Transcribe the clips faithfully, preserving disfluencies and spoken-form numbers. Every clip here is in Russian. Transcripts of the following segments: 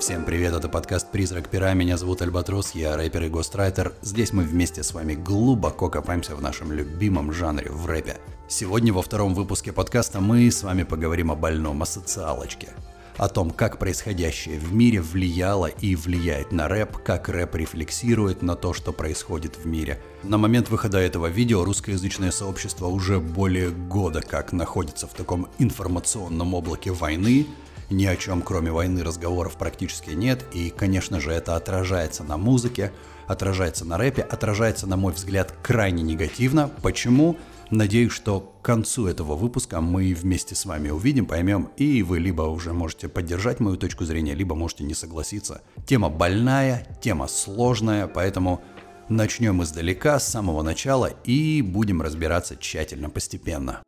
Всем привет, это подкаст «Призрак пера», меня зовут Альбатрос, я рэпер и гострайтер. Здесь мы вместе с вами глубоко копаемся в нашем любимом жанре, в рэпе. Сегодня во втором выпуске подкаста мы с вами поговорим о больном, о социалочке. О том, как происходящее в мире влияло и влияет на рэп, как рэп рефлексирует на то, что происходит в мире. На момент выхода этого видео русскоязычное сообщество уже более года как находится в таком информационном облаке войны. Ни о чем, кроме войны, разговоров практически нет, и, конечно же, это отражается на музыке, отражается на рэпе, отражается, на мой взгляд, крайне негативно. Почему? Надеюсь, что к концу этого выпуска мы вместе с вами увидим, поймем, и вы либо уже можете поддержать мою точку зрения, либо можете не согласиться. Тема больная, тема сложная, поэтому начнем издалека, с самого начала, и будем разбираться тщательно, постепенно.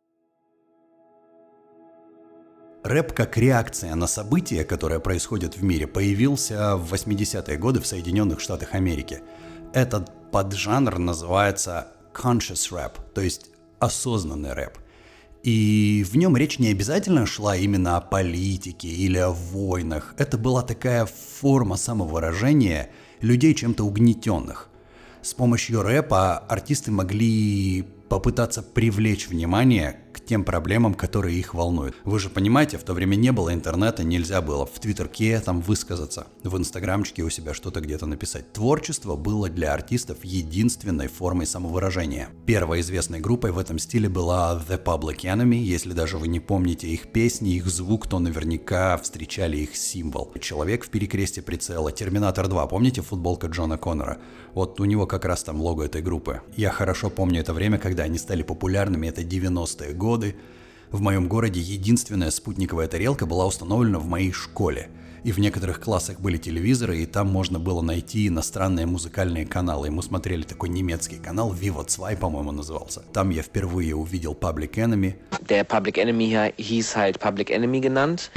Рэп как реакция на события, которые происходят в мире, появился в восьмидесятые годы в Соединенных Штатах Америки. Этот поджанр называется conscious rap, то есть осознанный рэп. И в нем речь не обязательно шла именно о политике или о войнах. Это была такая форма самовыражения людей чем-то угнетенных. С помощью рэпа артисты могли попытаться привлечь внимание к тем проблемам, которые их волнуют. Вы же понимаете, в то время не было интернета, нельзя было в твиттерке там высказаться, в инстаграмчике у себя что-то где-то написать. Творчество было для артистов единственной формой самовыражения. Первой известной группой в этом стиле была The Public Enemy. Если даже вы не помните их песни, их звук, то наверняка встречали их символ. Человек в перекресте прицела, Терминатор два, помните футболка Джона Коннора? Вот у него как раз там лого этой группы. Я хорошо помню это время, когда они стали популярными, это девяностые годы. В моем городе единственная спутниковая тарелка была установлена в моей школе. И в некоторых классах были телевизоры, и там можно было найти иностранные музыкальные каналы. И мы смотрели такой немецкий канал, Viva два, по-моему, назывался. Там я впервые увидел Public Enemy. Der Public Enemy hier hieß halt Public Enemy genannt.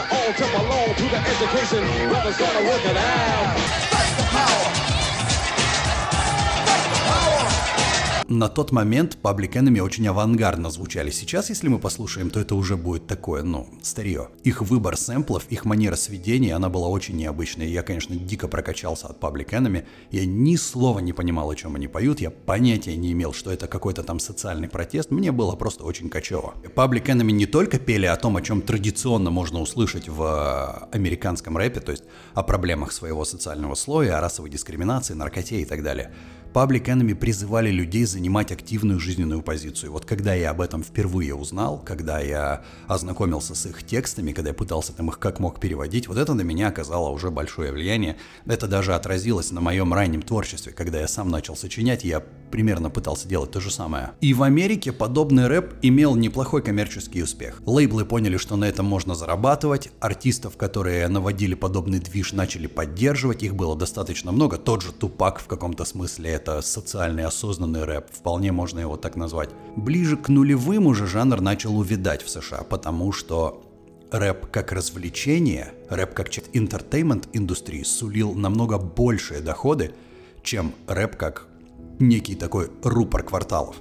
На тот момент Public Enemy очень авангардно звучали. Сейчас, если мы послушаем, то это уже будет такое, ну, старье. Их выбор сэмплов, их манера сведения, она была очень необычной. Я, конечно, дико прокачался от Public Enemy. Я ни слова не понимал, о чем они поют. Я понятия не имел, что это какой-то там социальный протест. Мне было просто очень качево. Public Enemy не только пели о том, о чем традиционно можно услышать в американском рэпе, то есть о проблемах своего социального слоя, о расовой дискриминации, наркоте и так далее. Public Enemy призывали людей занимать активную жизненную позицию. Вот когда я об этом впервые узнал, когда я ознакомился с их текстами, когда я пытался там их как мог переводить, вот это на меня оказало уже большое влияние. Это даже отразилось на моем раннем творчестве, когда я сам начал сочинять, я примерно пытался делать то же самое. И в Америке подобный рэп имел неплохой коммерческий успех. Лейблы поняли, что на этом можно зарабатывать, артистов, которые наводили подобный движ, начали поддерживать, их было достаточно много. Тот же Тупак в каком-то смысле это социальный осознанный рэп, вполне можно его так назвать. Ближе к нулевым уже жанр начал увядать в США, потому что рэп как развлечение, рэп как часть entertainment-индустрии сулил намного большие доходы, чем рэп как некий такой рупор кварталов.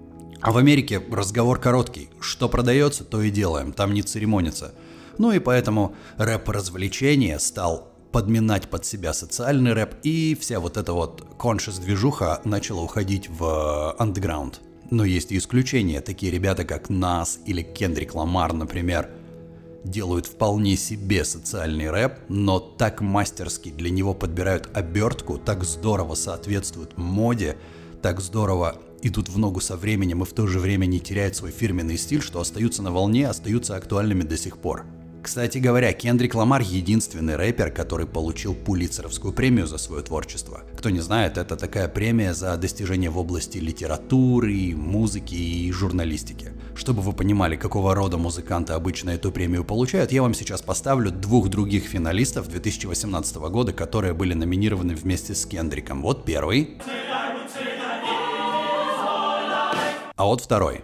А в Америке разговор короткий. Что продается, то и делаем, там не церемонится. Ну и поэтому рэп-развлечение стал подминать под себя социальный рэп, и вся вот эта вот conscious движуха начала уходить в андеграунд. Но есть и исключения, такие ребята как Nas или Кендрик Ламар, например, делают вполне себе социальный рэп, но так мастерски для него подбирают обертку, так здорово соответствуют моде, так здорово идут в ногу со временем и в то же время не теряют свой фирменный стиль, что остаются на волне, остаются актуальными до сих пор. Кстати говоря, Кендрик Ламар единственный рэпер, который получил Пулитцеровскую премию за свое творчество. Кто не знает, это такая премия за достижения в области литературы, музыки и журналистики. Чтобы вы понимали, какого рода музыканты обычно эту премию получают, я вам сейчас поставлю двух других финалистов две тысячи восемнадцатого года, которые были номинированы вместе с Кендриком. Вот первый. А вот второй.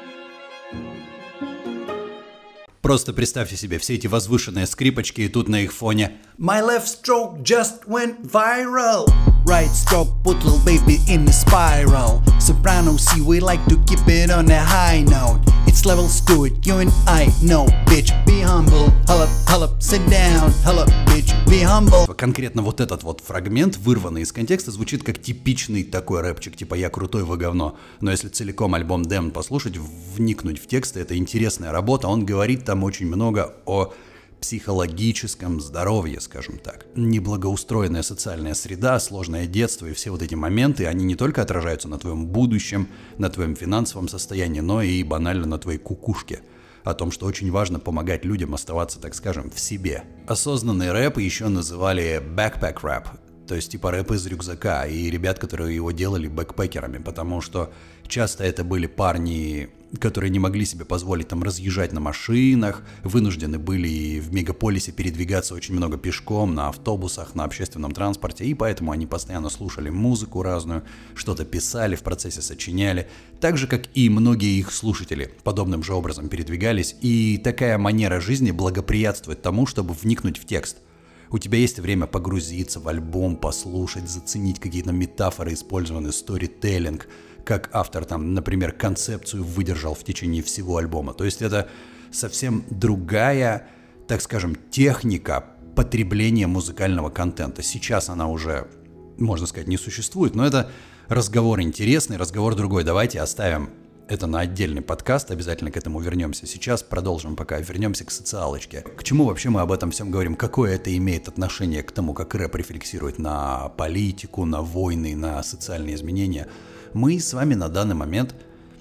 Просто представьте себе все эти возвышенные скрипочки, и тут на их фоне My left stroke just went viral. Right stroke put little baby in the spiral. Soprano C, we like to keep it on a high note. It's levels to it, you and I know, bitch, be humble. Hull up, hull up, sit down, hull up, bitch, be humble. Конкретно вот этот вот фрагмент, вырванный из контекста, звучит как типичный такой рэпчик, типа «я крутой, вы говно». Но если целиком альбом Damned послушать, вникнуть в тексты, это интересная работа. Он говорит там очень много о психологическом здоровье, скажем так. Неблагоустроенная социальная среда, сложное детство и все вот эти моменты, они не только отражаются на твоем будущем, на твоем финансовом состоянии, но и банально на твоей кукушке. О том, что очень важно помогать людям оставаться, так скажем, в себе. Осознанный рэп еще называли backpack rap, то есть типа рэп из рюкзака, и ребят, которые его делали бэкпекерами, потому что часто это были парни, которые не могли себе позволить там разъезжать на машинах, вынуждены были в мегаполисе передвигаться очень много пешком, на автобусах, на общественном транспорте, и поэтому они постоянно слушали музыку разную, что-то писали, в процессе сочиняли, так же, как и многие их слушатели подобным же образом передвигались, и такая манера жизни благоприятствует тому, чтобы вникнуть в текст. У тебя есть время погрузиться в альбом, послушать, заценить какие-то метафоры, использованные, сторителлинг, как автор там, например, концепцию выдержал в течение всего альбома. То есть это совсем другая, так скажем, техника потребления музыкального контента. Сейчас она уже, можно сказать, не существует, но это разговор интересный, разговор другой. Давайте оставим это на отдельный подкаст, обязательно к этому вернемся. Сейчас продолжим пока, вернемся к социалочке. К чему вообще мы об этом всем говорим? Какое это имеет отношение к тому, как рэп рефлексирует на политику, на войны, на социальные изменения? Мы с вами на данный момент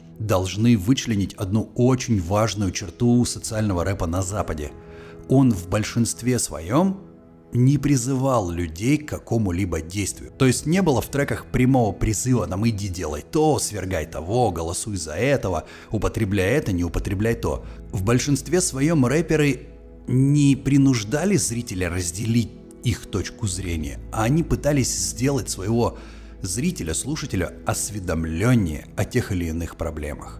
должны вычленить одну очень важную черту социального рэпа на Западе. Он в большинстве своем не призывал людей к какому-либо действию. То есть не было в треках прямого призыва там «иди делай то, свергай того, голосуй за этого, употребляй это, не употребляй то». В большинстве своем рэперы не принуждали зрителя разделить их точку зрения, а они пытались сделать своего зрителя, слушателя осведомленнее о тех или иных проблемах.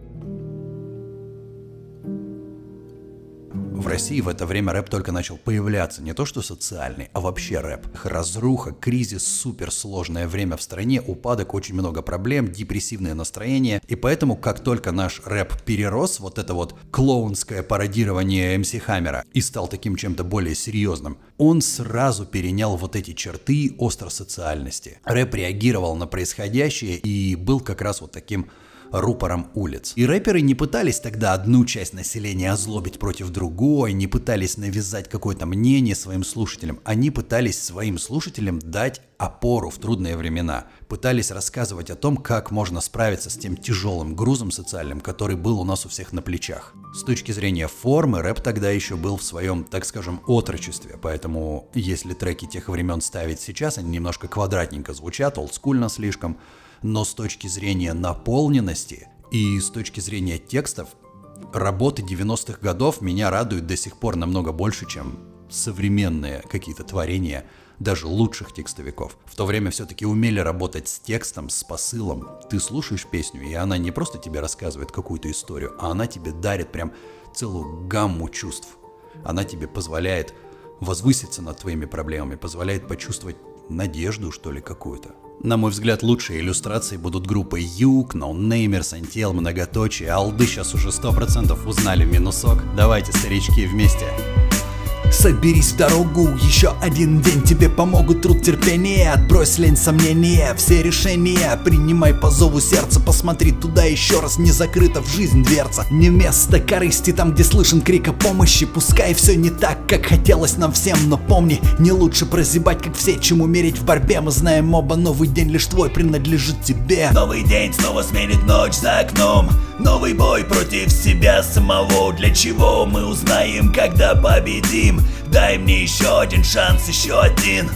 В России в это время рэп только начал появляться, не то что социальный, а вообще рэп. Разруха, кризис, суперсложное время в стране, упадок, очень много проблем, депрессивное настроение. И поэтому, как только наш рэп перерос вот это вот клоунское пародирование эм си Хаммера и стал таким чем-то более серьезным, он сразу перенял вот эти черты остросоциальности. Рэп реагировал на происходящее и был как раз вот таким рупором улиц. И рэперы не пытались тогда одну часть населения озлобить против другой, не пытались навязать какое-то мнение своим слушателям. Они пытались своим слушателям дать опору в трудные времена. Пытались рассказывать о том, как можно справиться с тем тяжелым грузом социальным, который был у нас у всех на плечах. С точки зрения формы, рэп тогда еще был в своем, так скажем, отрочестве. Поэтому, если треки тех времен ставить сейчас, они немножко квадратненько звучат, олдскульно слишком. Но с точки зрения наполненности и с точки зрения текстов, работы девяностых годов меня радуют до сих пор намного больше, чем современные какие-то творения даже лучших текстовиков. В то время все-таки умели работать с текстом, с посылом. Ты слушаешь песню, и она не просто тебе рассказывает какую-то историю, а она тебе дарит прям целую гамму чувств. Она тебе позволяет возвыситься над твоими проблемами, позволяет почувствовать надежду, что ли, какую-то. На мой взгляд, лучшие иллюстрации будут группы Юг, Ноунеймерс, Антел, Многоточие. Алды сейчас уже сто процентов узнали минусок. Давайте, старички, вместе. Соберись в дорогу, еще один день тебе помогут труд, терпение. Отбрось лень, сомнения, все решения принимай по зову сердца. Посмотри туда еще раз, не закрыта в жизнь дверца. Не место корысти там, где слышен крик о помощи. Пускай все не так, как хотелось нам всем, но помни, не лучше прозябать, как все, чем умереть в борьбе. Мы знаем оба, новый день лишь твой принадлежит тебе. Новый день снова сменит ночь за окном. Новый бой против себя самого. Для чего мы узнаем, когда победим? Дай мне еще один шанс, еще один.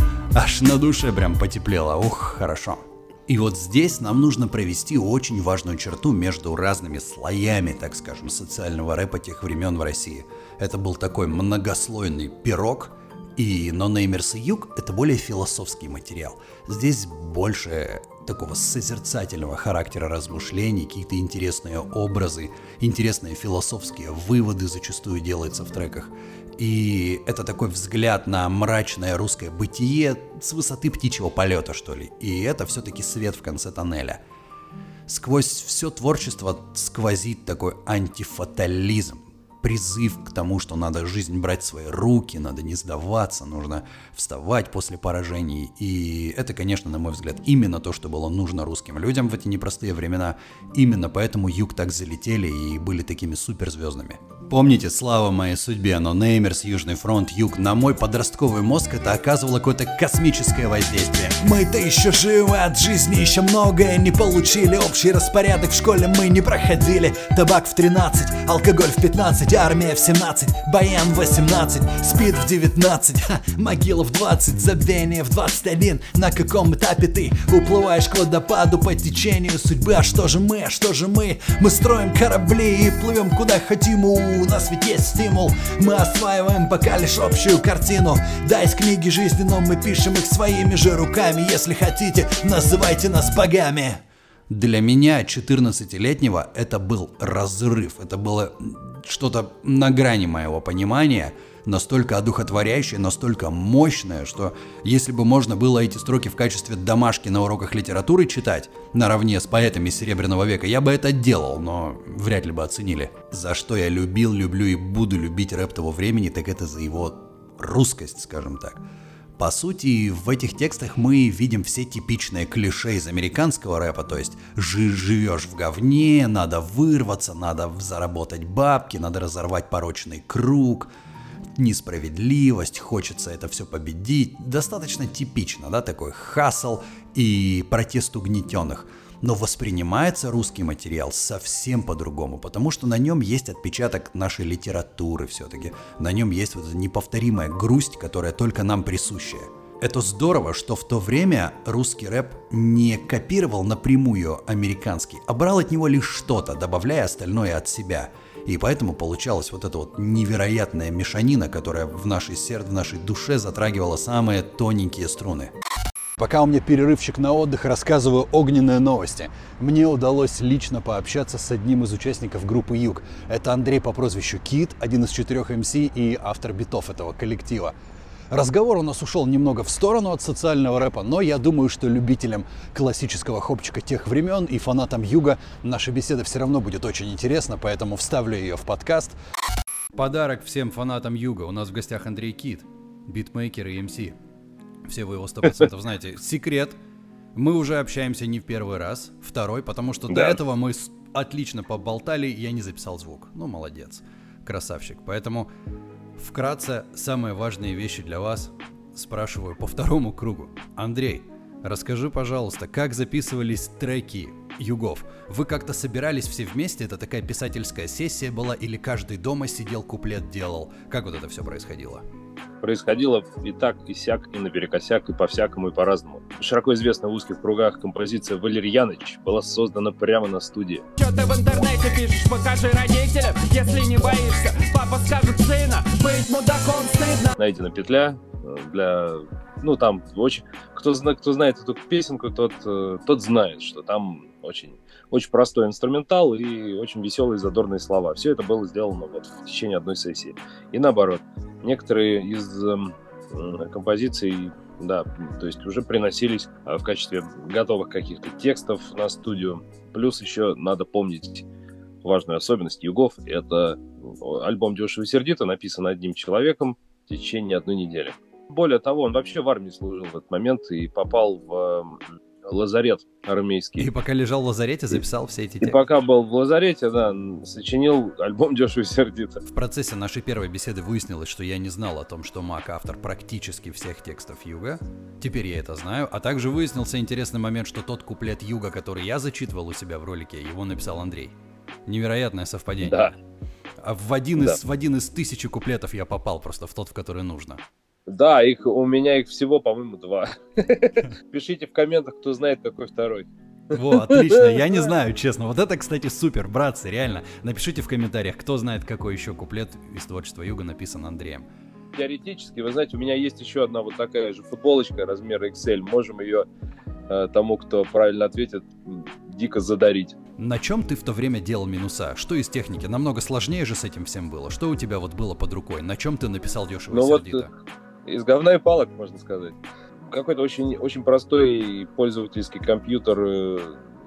Аж на душе прям потеплело, ух, хорошо. И вот здесь нам нужно провести очень важную черту между разными слоями, так скажем, социального рэпа тех времен в России. Это был такой многослойный пирог, и Ноунеймерс и Юг — это более философский материал. Здесь больше такого созерцательного характера размышлений, какие-то интересные образы, интересные философские выводы зачастую делаются в треках. И это такой взгляд на мрачное русское бытие с высоты птичьего полета, что ли. И это все-таки свет в конце тоннеля. Сквозь все творчество сквозит такой антифатализм. Призыв к тому, что надо жизнь брать в свои руки, надо не сдаваться, нужно вставать после поражений. И это, конечно, на мой взгляд, именно то, что было нужно русским людям в эти непростые времена. Именно поэтому Юг так залетели и были такими суперзвездными. Помните, слава моей судьбе, но Неймерс, Южный фронт, Юг, на мой подростковый мозг это оказывало какое-то космическое воздействие. Мы-то еще живы, от жизни еще многое не получили. Общий распорядок в школе мы не проходили. Табак в тринадцать, алкоголь в пятнадцать, армия в семнадцать, баян в восемнадцать, спид в девятнадцать, ха, могила в двадцать, забвение в двадцать один. На каком этапе ты уплываешь к водопаду по течению судьбы? А что же мы, а что же мы? Мы строим корабли и плывем куда хотим. У нас ведь есть стимул, мы осваиваем пока лишь общую картину. Да, из книги жизни, но мы пишем их своими же руками. Если хотите, называйте нас богами. Для меня, четырнадцатилетнего, это был разрыв. Это было что-то на грани моего понимания, настолько одухотворяющее, настолько мощное, что если бы можно было эти строки в качестве домашки на уроках литературы читать, наравне с поэтами Серебряного века, я бы это делал, но вряд ли бы оценили. За что я любил, люблю и буду любить рэп того времени, так это за его русскость, скажем так. По сути, в этих текстах мы видим все типичные клише из американского рэпа, то есть жи- живешь в говне, надо вырваться, надо заработать бабки, надо разорвать порочный круг, несправедливость, хочется это все победить. Достаточно типично, да, такой хасл и протест угнетенных. Но воспринимается русский материал совсем по-другому, потому что на нем есть отпечаток нашей литературы все-таки. На нем есть вот эта неповторимая грусть, которая только нам присущая. Это здорово, что в то время русский рэп не копировал напрямую американский, а брал от него лишь что-то, добавляя остальное от себя. И поэтому получалась вот эта вот невероятная мешанина, которая в нашей сердце, в нашей душе затрагивала самые тоненькие струны. Пока у меня перерывчик на отдых, рассказываю огненные новости. Мне удалось лично пообщаться с одним из участников группы Юг. Это Андрей по прозвищу Кит, один из четырех эм си и автор битов этого коллектива. Разговор у нас ушел немного в сторону от социального рэпа, но я думаю, что любителям классического хопчика тех времен и фанатам Юга наша беседа все равно будет очень интересна, поэтому вставлю ее в подкаст. Подарок всем фанатам Юга. У нас в гостях Андрей Кит, битмейкер и эм си. Все вы его сто процентов знаете. Секрет. Мы уже общаемся не в первый раз. Второй, потому что да. До этого мы отлично поболтали, я не записал звук. Ну, молодец. Красавчик. Поэтому вкратце самые важные вещи для вас спрашиваю по второму кругу. Андрей, расскажи, пожалуйста, как записывались треки Югов? Вы как-то собирались все вместе? Это такая писательская сессия была? Или каждый дома сидел, куплет делал? Как вот это все происходило? Происходило и так, и сяк, и наперекосяк, и по-всякому, и по-разному. Широко известная в узких кругах композиция «Валерьяныч» была создана прямо на студии. Что ты в интернете пишешь, покажи родителям, если не боишься, папа скажет сына, быть мудаком стыдно. Найдена петля для... Ну, там очень... Кто, кто знает эту песенку, тот, тот знает, что там очень, очень простой инструментал и очень веселые задорные слова. Все это было сделано вот в течение одной сессии. И наоборот. Некоторые из э, композиций, да, то есть уже приносились в качестве готовых каких-то текстов на студию. Плюс еще надо помнить важную особенность Югов. Это альбом «Дешево и сердито», написан одним человеком в течение одной недели. Более того, он вообще в армии служил в этот момент и попал в лазарет армейский. И пока лежал в лазарете, записал все эти тексты. И пока был в лазарете, да, сочинил альбом «Дешево и сердито». В процессе нашей первой беседы выяснилось, что я не знал о том, что Мак автор практически всех текстов Юга. Теперь я это знаю. А также выяснился интересный момент, что тот куплет Юга, который я зачитывал у себя в ролике, его написал Андрей. Невероятное совпадение. Да. А в один, да. из, в один из тысячи куплетов я попал просто в тот, в который нужно. Да, их, у меня их всего, по-моему, два. Пишите в комментах, кто знает, какой второй. Во, отлично, я не знаю, честно. Вот это, кстати, супер, братцы, реально. Напишите в комментариях, кто знает, какой еще куплет из творчества Юга написан Андреем. Теоретически, вы знаете, у меня есть еще одна вот такая же футболочка размера икс эль. Можем ее э, тому, кто правильно ответит, дико задарить. На чем ты в то время делал минуса? Что из техники? Намного сложнее же с этим всем было. Что у тебя вот было под рукой? На чем ты написал «Дешево и сердито»? Вот, из говна и палок, можно сказать. Какой-то очень, очень простой пользовательский компьютер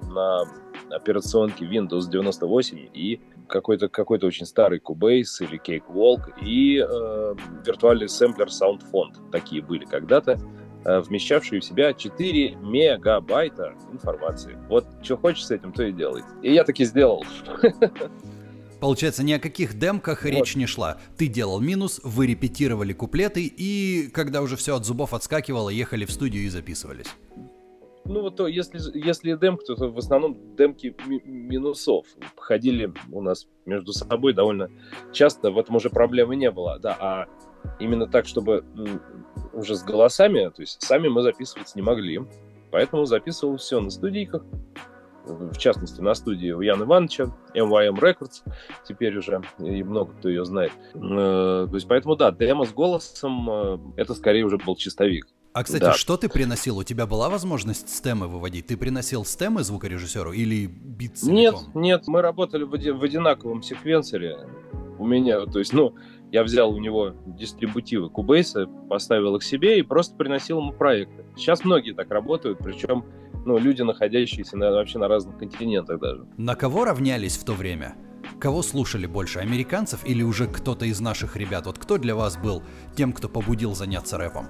на операционке Windows девяносто восемь и какой-то какой-то очень старый Cubase или Cakewalk и э, виртуальный сэмплер SoundFont. Такие были когда-то, э, вмещавшие в себя четыре мегабайта информации. Вот что хочешь с этим, то и делай. И я таки сделал. Получается, ни о каких демках вот. Речь не шла. Ты делал минус, вы репетировали куплеты, и когда уже все от зубов отскакивало, ехали в студию и записывались. Ну вот то, если, если демка, то, то в основном демки ми- минусов ходили у нас между собой довольно часто, в этом уже проблемы не было. Да, а именно так, чтобы м, уже с голосами, то есть сами мы записывать не могли, поэтому записывал все на студийках. В частности, на студии у Яна Ивановича, эм вай эм Records, теперь уже, и много кто ее знает. То есть, поэтому, да, демо с голосом, это скорее уже был чистовик. А, кстати, да. Что ты приносил? У тебя была возможность стемы выводить? Ты приносил стемы звукорежиссеру или бит целиком? Нет, нет, мы работали в, оди- в одинаковом секвенсоре. У меня, то есть, ну, я взял у него дистрибутивы Cubase, поставил их себе и просто приносил ему проекты. Сейчас многие так работают, причем ну, люди, находящиеся на, вообще на разных континентах даже. На кого равнялись в то время? Кого слушали больше, американцев или уже кто-то из наших ребят? Вот кто для вас был тем, кто побудил заняться рэпом?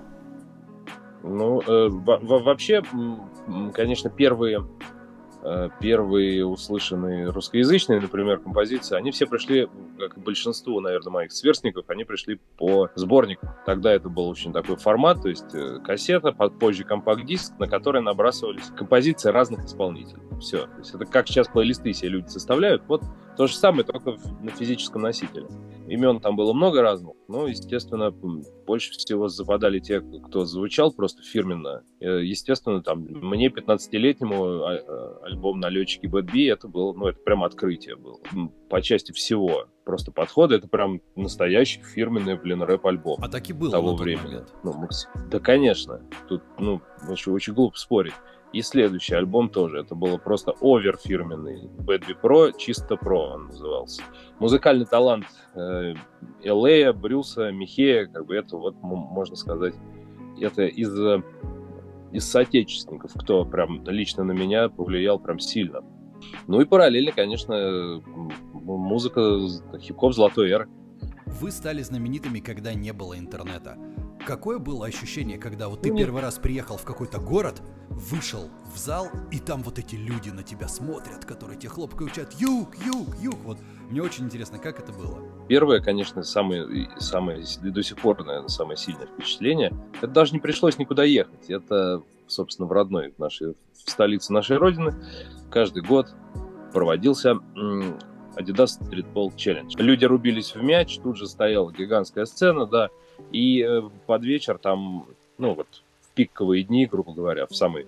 Ну, э, в- в- вообще, м, конечно, первые, э, первые услышанные русскоязычные, например, композиции, они все пришли, как и большинство, наверное, моих сверстников, они пришли по сборникам. Тогда это был очень такой формат, то есть э, кассета, позже компакт-диск, на который набрасывались композиции разных исполнителей. Все. То есть это как сейчас плейлисты себе люди составляют, вот то же самое, только в- на физическом носителе. Имен там было много разных, но, естественно, больше всего западали те, кто звучал просто фирменно. Э, Естественно, там, мне, пятнадцатилетнему, а- а- альбом «Налетчики Bad Bee» это было, ну, это прям открытие было. М, По части всего. Просто подходы, это прям настоящий фирменный, блин, рэп-альбом. А так и было того на тот времени. момент. Ну, макс- да, конечно. Тут, ну, очень, очень глупо спорить. И следующий альбом тоже. Это было просто овер фирменный. Bad Bee Pro, чисто Pro он назывался. Музыкальный талант э, эл эй, Брюса, Михея, как бы это вот, м- можно сказать, это из, э, из соотечественников, кто прям лично на меня повлиял прям сильно. Ну и параллельно, конечно, м- музыка хип-хоп золотой эры. Вы стали знаменитыми, когда не было интернета. Какое было ощущение, когда вот ты Ну, не- первый раз приехал в какой-то город, вышел в зал, и там вот эти люди на тебя смотрят, которые тебе хлопкают, кричат «Юг, юг, юг». Вот мне очень интересно, как это было? Первое, конечно, самое, самое, и до сих пор, наверное, самое сильное впечатление, это даже не пришлось никуда ехать. Это, собственно, в родной, в, нашей, в столице нашей родины, каждый год проводился м, Adidas Streetball Challenge. Люди рубились в мяч, тут же стояла гигантская сцена, да, и э, под вечер там, ну вот, в пиковые дни, грубо говоря, в самый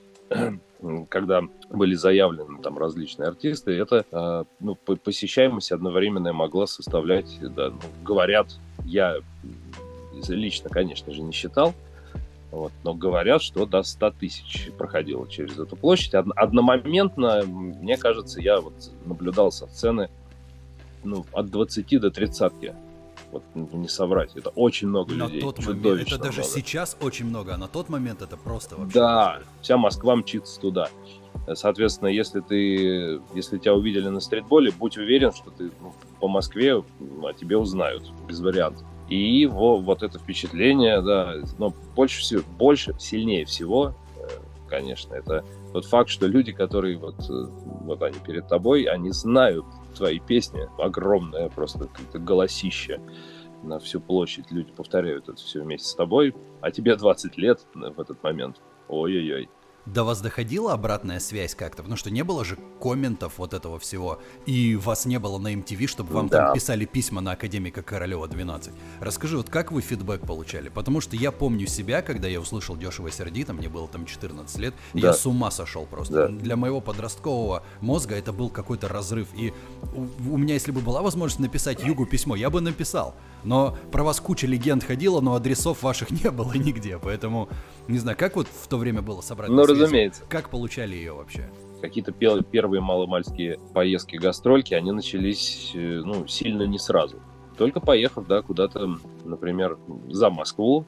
когда были заявлены там различные артисты, это э, ну, по- посещаемость одновременная могла составлять, да, ну, говорят, я лично, конечно же, не считал, вот, но говорят, что до ста тысяч проходило через эту площадь. Од- одномоментно, мне кажется, я вот наблюдал со сцены ну, от двадцати до тридцати. Вот не соврать, это очень много На людей. тот момент, чудовищно это даже много. сейчас очень много, а на тот момент это просто вообще... Да, вся Москва мчится туда. Соответственно, если ты, если тебя увидели на стритболе, будь уверен, что ты ну, по Москве, ну, о тебе узнают, без вариантов. И во, вот это впечатление, да, но больше всего, больше, сильнее всего, э, конечно, это тот факт, что люди, которые вот, э, вот они перед тобой, они знают твои песни, огромное просто какое-то голосище на всю площадь, люди повторяют это все вместе с тобой, а тебе двадцать лет в этот момент, ой-ой-ой. До вас доходила обратная связь как-то? Потому что не было же комментов вот этого всего, и вас не было на эм ти ви, чтобы вам Да. там писали письма на Академика Королева двенадцать. Расскажи, вот как вы фидбэк получали? Потому что я помню себя, когда я услышал «Дешево и сердито», мне было там четырнадцать лет, и Да. я с ума сошел просто. Да. Для моего подросткового мозга это был какой-то разрыв, и у, у меня, если бы была возможность написать Югу письмо, я бы написал. Но про вас куча легенд ходила, но адресов ваших не было нигде, поэтому, не знаю, как вот в то время было собрать Ну, разумеется. Как получали ее вообще? Какие-то пел- первые маломальские поездки, гастрольки, они начались, э, ну, сильно не сразу. Только поехав, да, куда-то, например, за Москву,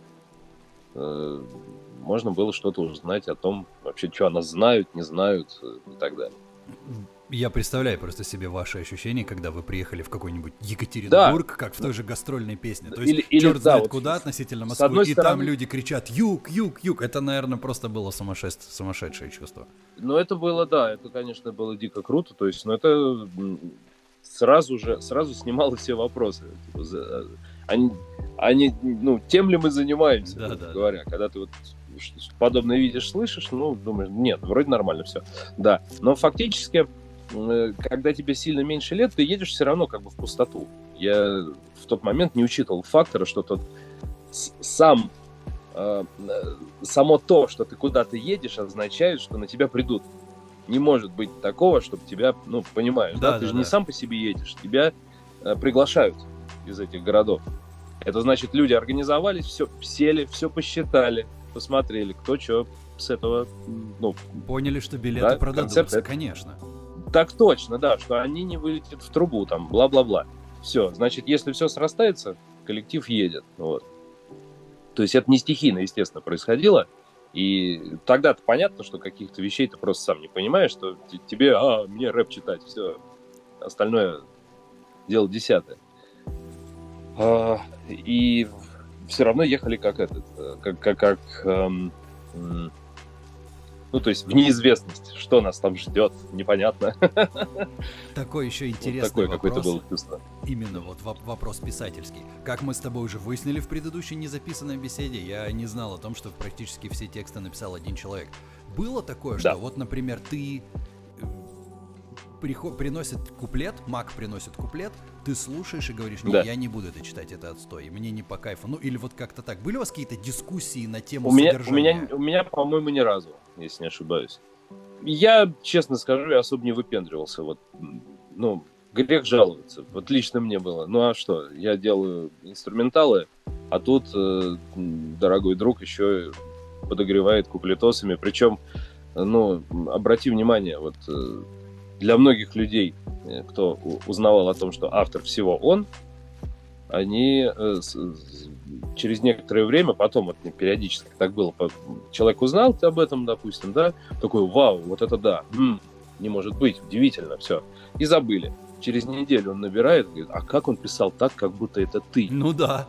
э, можно было что-то узнать о том, вообще, что о нас знают, не знают э, и так далее. Я представляю просто себе ваши ощущения, когда вы приехали в какой-нибудь Екатеринбург, да. как в той же гастрольной песне. То есть или, или, черт да, знает вот куда относительно Москвы, и стороны... там люди кричат «Юг, юг, юг». Это, наверное, просто было сумасшедшее, сумасшедшее чувство. Ну, это было, да, это, конечно, было дико круто. То есть, ну, это сразу же, сразу снимало все вопросы. Они, они ну, тем ли мы занимаемся, да, да, говоря. Да. Когда ты вот подобное видишь, слышишь, ну, думаешь, нет, вроде нормально все. Да, но фактически... Когда тебе сильно меньше лет, ты едешь все равно как бы в пустоту. Я в тот момент не учитывал фактора, что тот сам, э, само то, что ты куда-то едешь, означает, что на тебя придут. Не может быть такого, чтобы тебя, ну, понимаешь, да, да? Ты да, же да. не сам по себе едешь, тебя э, приглашают из этих городов. Это значит, люди организовались, все, сели, все посчитали, посмотрели, кто что с этого, ну... Поняли, что билеты да, продадутся, концерт, конечно. Так точно, да, что они не вылетят в трубу, там, бла-бла-бла. Все, значит, если все срастается, коллектив едет. Вот. То есть это не стихийно, естественно, происходило. И тогда-то понятно, что каких-то вещей ты просто сам не понимаешь, что тебе, а, мне рэп читать, все, остальное дело десятое. А, и все равно ехали как этот, как, как, как эм, эм, ну, то есть в неизвестность, что нас там ждет, непонятно. Такой еще интересный вот такой вопрос. Какой-то был чувство. Именно вот вопрос писательский. Как мы с тобой уже выяснили в предыдущей незаписанной беседе, я не знал о том, что практически все тексты написал один человек. Было такое, что да. вот, например, ты приход... приносит куплет, Мак приносит куплет, ты слушаешь и говоришь, нет, да. я не буду это читать, это отстой, мне не по кайфу. Ну, или вот как-то так. Были у вас какие-то дискуссии на тему у меня, содержания? У меня, у меня, по-моему, ни разу, если не ошибаюсь. Я, честно скажу, я особо не выпендривался. Вот, ну, грех жаловаться. Вот лично мне было. Ну, а что? Я делаю инструменталы, а тут э, дорогой друг еще подогревает куплетосами. Причем, ну, обрати внимание, вот э, для многих людей, кто узнавал о том, что автор всего он, они э, с, через некоторое время, потом вот периодически так было, человек узнал об этом, допустим, да, такой, вау, вот это да, м-м, не может быть, удивительно, все, и забыли. Через неделю он набирает, говорит, а как он писал так, как будто это ты? Ну да.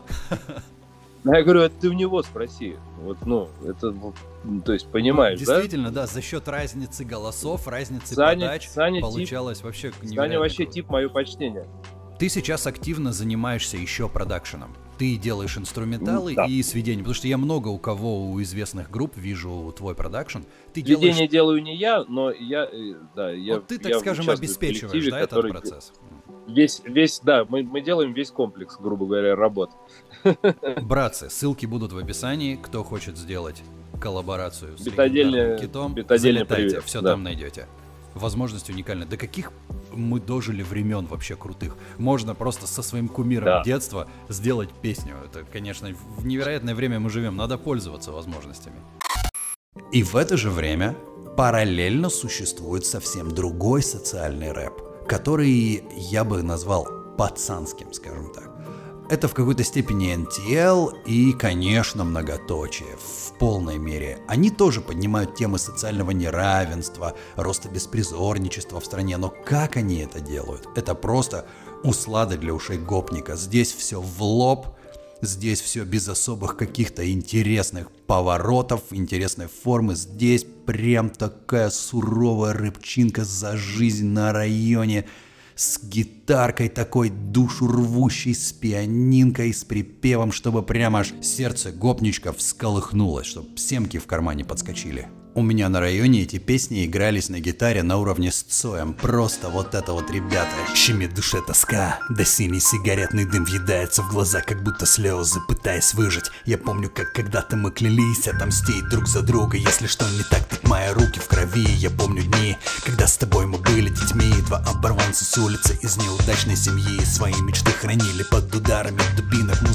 Я говорю, это ты у него спроси. Вот, ну, это, то есть, понимаешь, ну, действительно, да? да, за счет разницы голосов, разницы Саня, подач Саня получалось тип, вообще невероятно. Саня вообще круто. тип мое почтение. Ты сейчас активно занимаешься еще продакшеном. Ты делаешь инструменталы да. и сведения, потому что я много у кого, у известных групп вижу твой продакшн. Ты Сведения делаешь... делаю не я, но я, да, я. Вот ты, так я скажем, обеспечиваешь, да, этот процесс. Весь, весь, да, мы, мы делаем весь комплекс, грубо говоря, работ. Братцы, ссылки будут в описании. Кто хочет сделать коллаборацию с легендарным Китом, залетайте, привет. все да. там найдете. Возможность уникальная. До каких мы дожили времен вообще крутых? Можно просто со своим кумиром да. детства сделать песню. Это, конечно, в невероятное время мы живем. Надо пользоваться возможностями. И в это же время параллельно существует совсем другой социальный рэп, который я бы назвал пацанским, скажем так. Это в какой-то степени эн ти эл и, конечно, многоточие в полной мере. Они тоже поднимают темы социального неравенства, роста беспризорничества в стране, но как они это делают? Это просто услада для ушей гопника. Здесь все в лоб, здесь все без особых каких-то интересных поворотов, интересной формы. Здесь прям такая суровая рыбчинка за жизнь на районе. С гитаркой такой душу рвущей, с пианинкой, с припевом, чтобы прямо аж сердце гопничка всколыхнулось, чтобы семки в кармане подскочили. У меня на районе эти песни игрались на гитаре на уровне с Цоем. Просто вот это вот, ребята. Щемит душе тоска, да синий сигаретный дым въедается в глаза, как будто слезы, пытаясь выжить. Я помню, как когда-то мы клялись отомстить друг за друга. Если что не так, так мои руки в крови. Я помню дни, когда с тобой мы были детьми. Два оборванца с улицы из неудачной семьи. Свои мечты хранили под ударами дубинок.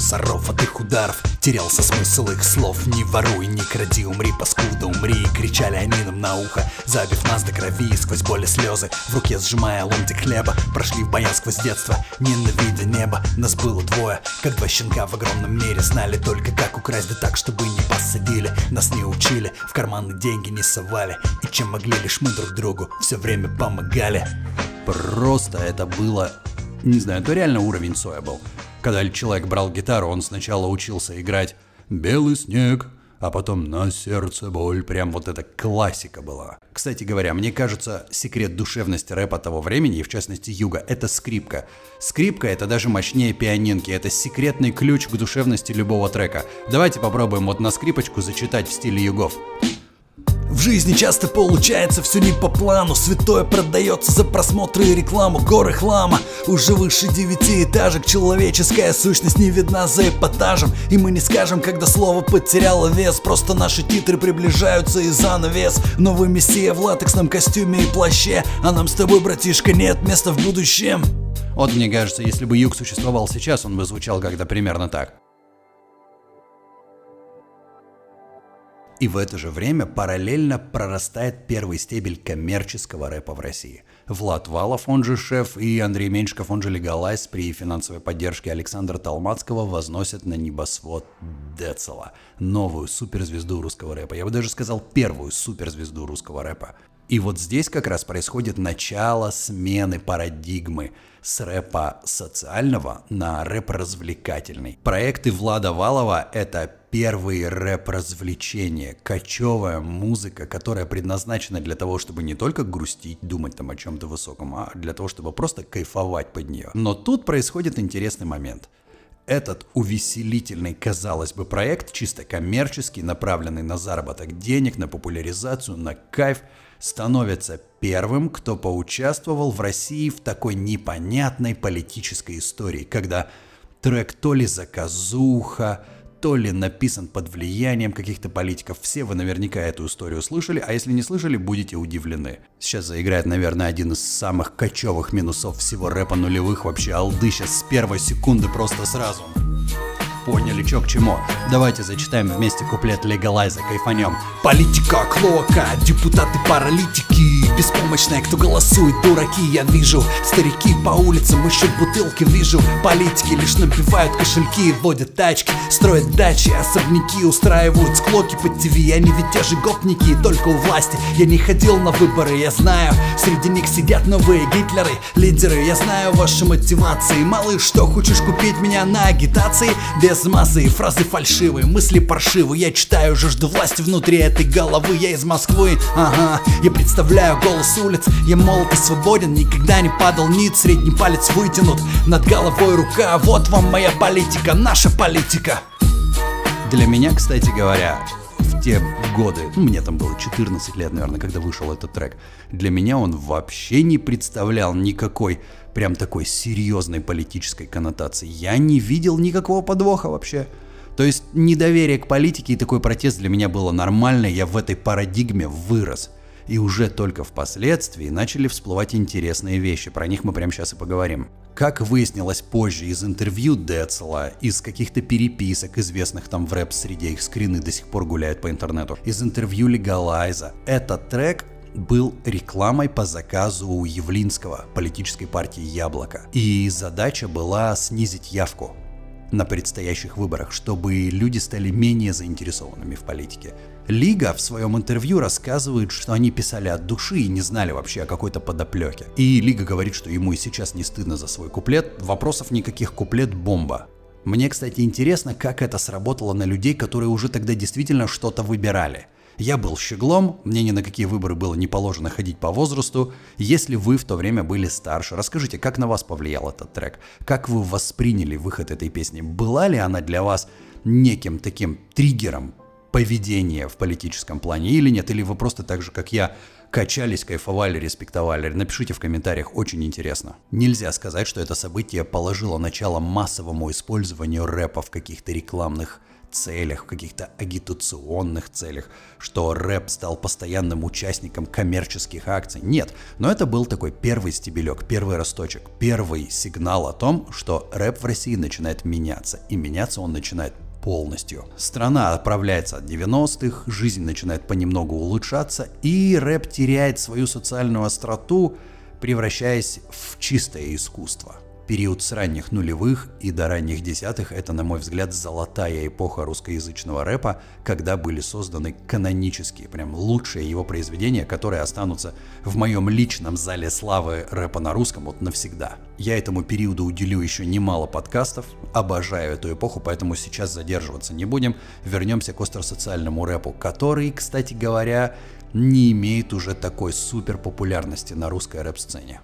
мусоров от их ударов. Терялся смысл их слов. Не воруй, не кради, умри, паскуда, умри. Кричали они нам на ухо, забив нас до крови. Сквозь боль и слезы, в руке сжимая ломтик хлеба. Прошли в боях сквозь детство, ненавидя небо. Нас было двое, как два щенка в огромном мире. Знали только как украсть, да так, чтобы не посадили. Нас не учили, в карманы деньги не совали. И чем могли, лишь мы друг другу все время помогали. Просто это было, не знаю, это реально уровень Цоя был. Когда человек брал гитару, он сначала учился играть «Белый снег», а потом «На сердце боль». Прям вот эта классика была. Кстати говоря, мне кажется, секрет душевности рэпа того времени, и в частности юга, это скрипка. Скрипка — это даже мощнее пианинки, это секретный ключ к душевности любого трека. Давайте попробуем вот на скрипочку зачитать в стиле югов. В жизни часто получается все не по плану. Святое продается за просмотры и рекламу. Горы хлама уже выше девятиэтажек. Человеческая сущность не видна за эпатажем. И мы не скажем, когда слово потеряло вес. Просто наши титры приближаются и занавес. Новый мессия в латексном костюме и плаще. А нам с тобой, братишка, нет места в будущем. Вот мне кажется, если бы юг существовал сейчас, он бы звучал как-то примерно так. И в это же время параллельно прорастает первый стебель коммерческого рэпа в России. Влад Валов, он же Шеф, и Андрей Меньшиков, он же Лигалайз, при финансовой поддержке Александра Толмацкого возносят на небосвод Децела, новую суперзвезду русского рэпа. Я бы даже сказал, первую суперзвезду русского рэпа. И вот здесь как раз происходит начало смены парадигмы с рэпа социального на рэп развлекательный. Проекты Влада Валова — это первый рэп-развлечение, кочевая музыка, которая предназначена для того, чтобы не только грустить, думать там о чем-то высоком, а для того, чтобы просто кайфовать под нее. Но тут происходит интересный момент. Этот увеселительный, казалось бы, проект, чисто коммерческий, направленный на заработок денег, на популяризацию, на кайф, становится первым, кто поучаствовал в России в такой непонятной политической истории, когда трек то ли заказуха, то ли написан под влиянием каких-то политиков. Все вы наверняка эту историю слышали, а если не слышали, будете удивлены. Сейчас заиграет, наверное, один из самых кочевых минусов всего рэпа нулевых, вообще алды сейчас с первой секунды просто сразу. Поняли, чё к чему? Давайте зачитаем вместе куплет Лигалайза, кайфанем. Политика, клоака, депутаты-паралитики, беспомощные, кто голосует, дураки. Я вижу, старики по улицам ищут бутылки, вижу, политики лишь набивают кошельки, водят тачки, строят дачи, особняки, устраивают склоки под ТВ. Они ведь те же гопники, только у власти. Я не ходил на выборы, я знаю, среди них сидят новые Гитлеры, лидеры. Я знаю ваши мотивации, малыш, что хочешь купить меня на агитации? Без массы и фразы фальшивые, мысли паршивые. Я читаю жажду власти внутри этой головы. Я из Москвы, ага, я представляю голос улиц. Я молод и свободен, никогда не падал ниц. Средний палец вытянут, над головой рука. Вот вам моя политика, наша политика. Для меня, кстати говоря, в те годы, ну, мне там было четырнадцать лет, наверное, когда вышел этот трек, для меня он вообще не представлял никакой прям такой серьезной политической коннотации. Я не видел никакого подвоха вообще. То есть недоверие к политике и такой протест для меня было нормально, я в этой парадигме вырос. И уже только впоследствии начали всплывать интересные вещи, про них мы прямо сейчас и поговорим. Как выяснилось позже из интервью Децела, из каких-то переписок, известных там в рэп-среде, их скрины до сих пор гуляют по интернету, из интервью Лигалайза, этот трек был рекламой по заказу у Явлинского, политической партии «Яблоко». И задача была снизить явку на предстоящих выборах, чтобы люди стали менее заинтересованными в политике. Лига в своем интервью рассказывает, что они писали от души и не знали вообще о какой-то подоплеке. И Лига говорит, что ему и сейчас не стыдно за свой куплет, вопросов никаких, куплет бомба. Мне, кстати, интересно, как это сработало на людей, которые уже тогда действительно что-то выбирали. Я был щеглом, мне ни на какие выборы было не положено ходить по возрасту. Если вы в то время были старше, расскажите, как на вас повлиял этот трек? Как вы восприняли выход этой песни? Была ли она для вас неким таким триггером поведения в политическом плане или нет? Или вы просто так же, как я, качались, кайфовали, респектовали? Напишите в комментариях, очень интересно. Нельзя сказать, что это событие положило начало массовому использованию рэпа в каких-то рекламных целях, в каких-то агитационных целях, что рэп стал постоянным участником коммерческих акций. Нет, но это был такой первый стебелек, первый росточек, первый сигнал о том, что рэп в России начинает меняться, и меняться он начинает полностью. Страна отправляется от девяностых, жизнь начинает понемногу улучшаться, и рэп теряет свою социальную остроту, превращаясь в чистое искусство. Период с ранних нулевых и до ранних десятых – это, на мой взгляд, золотая эпоха русскоязычного рэпа, когда были созданы канонические, прям лучшие его произведения, которые останутся в моем личном зале славы рэпа на русском вот навсегда. Я этому периоду уделю еще немало подкастов, обожаю эту эпоху, поэтому сейчас задерживаться не будем. Вернемся к остросоциальному рэпу, который, кстати говоря, не имеет уже такой супер популярности на русской рэп-сцене.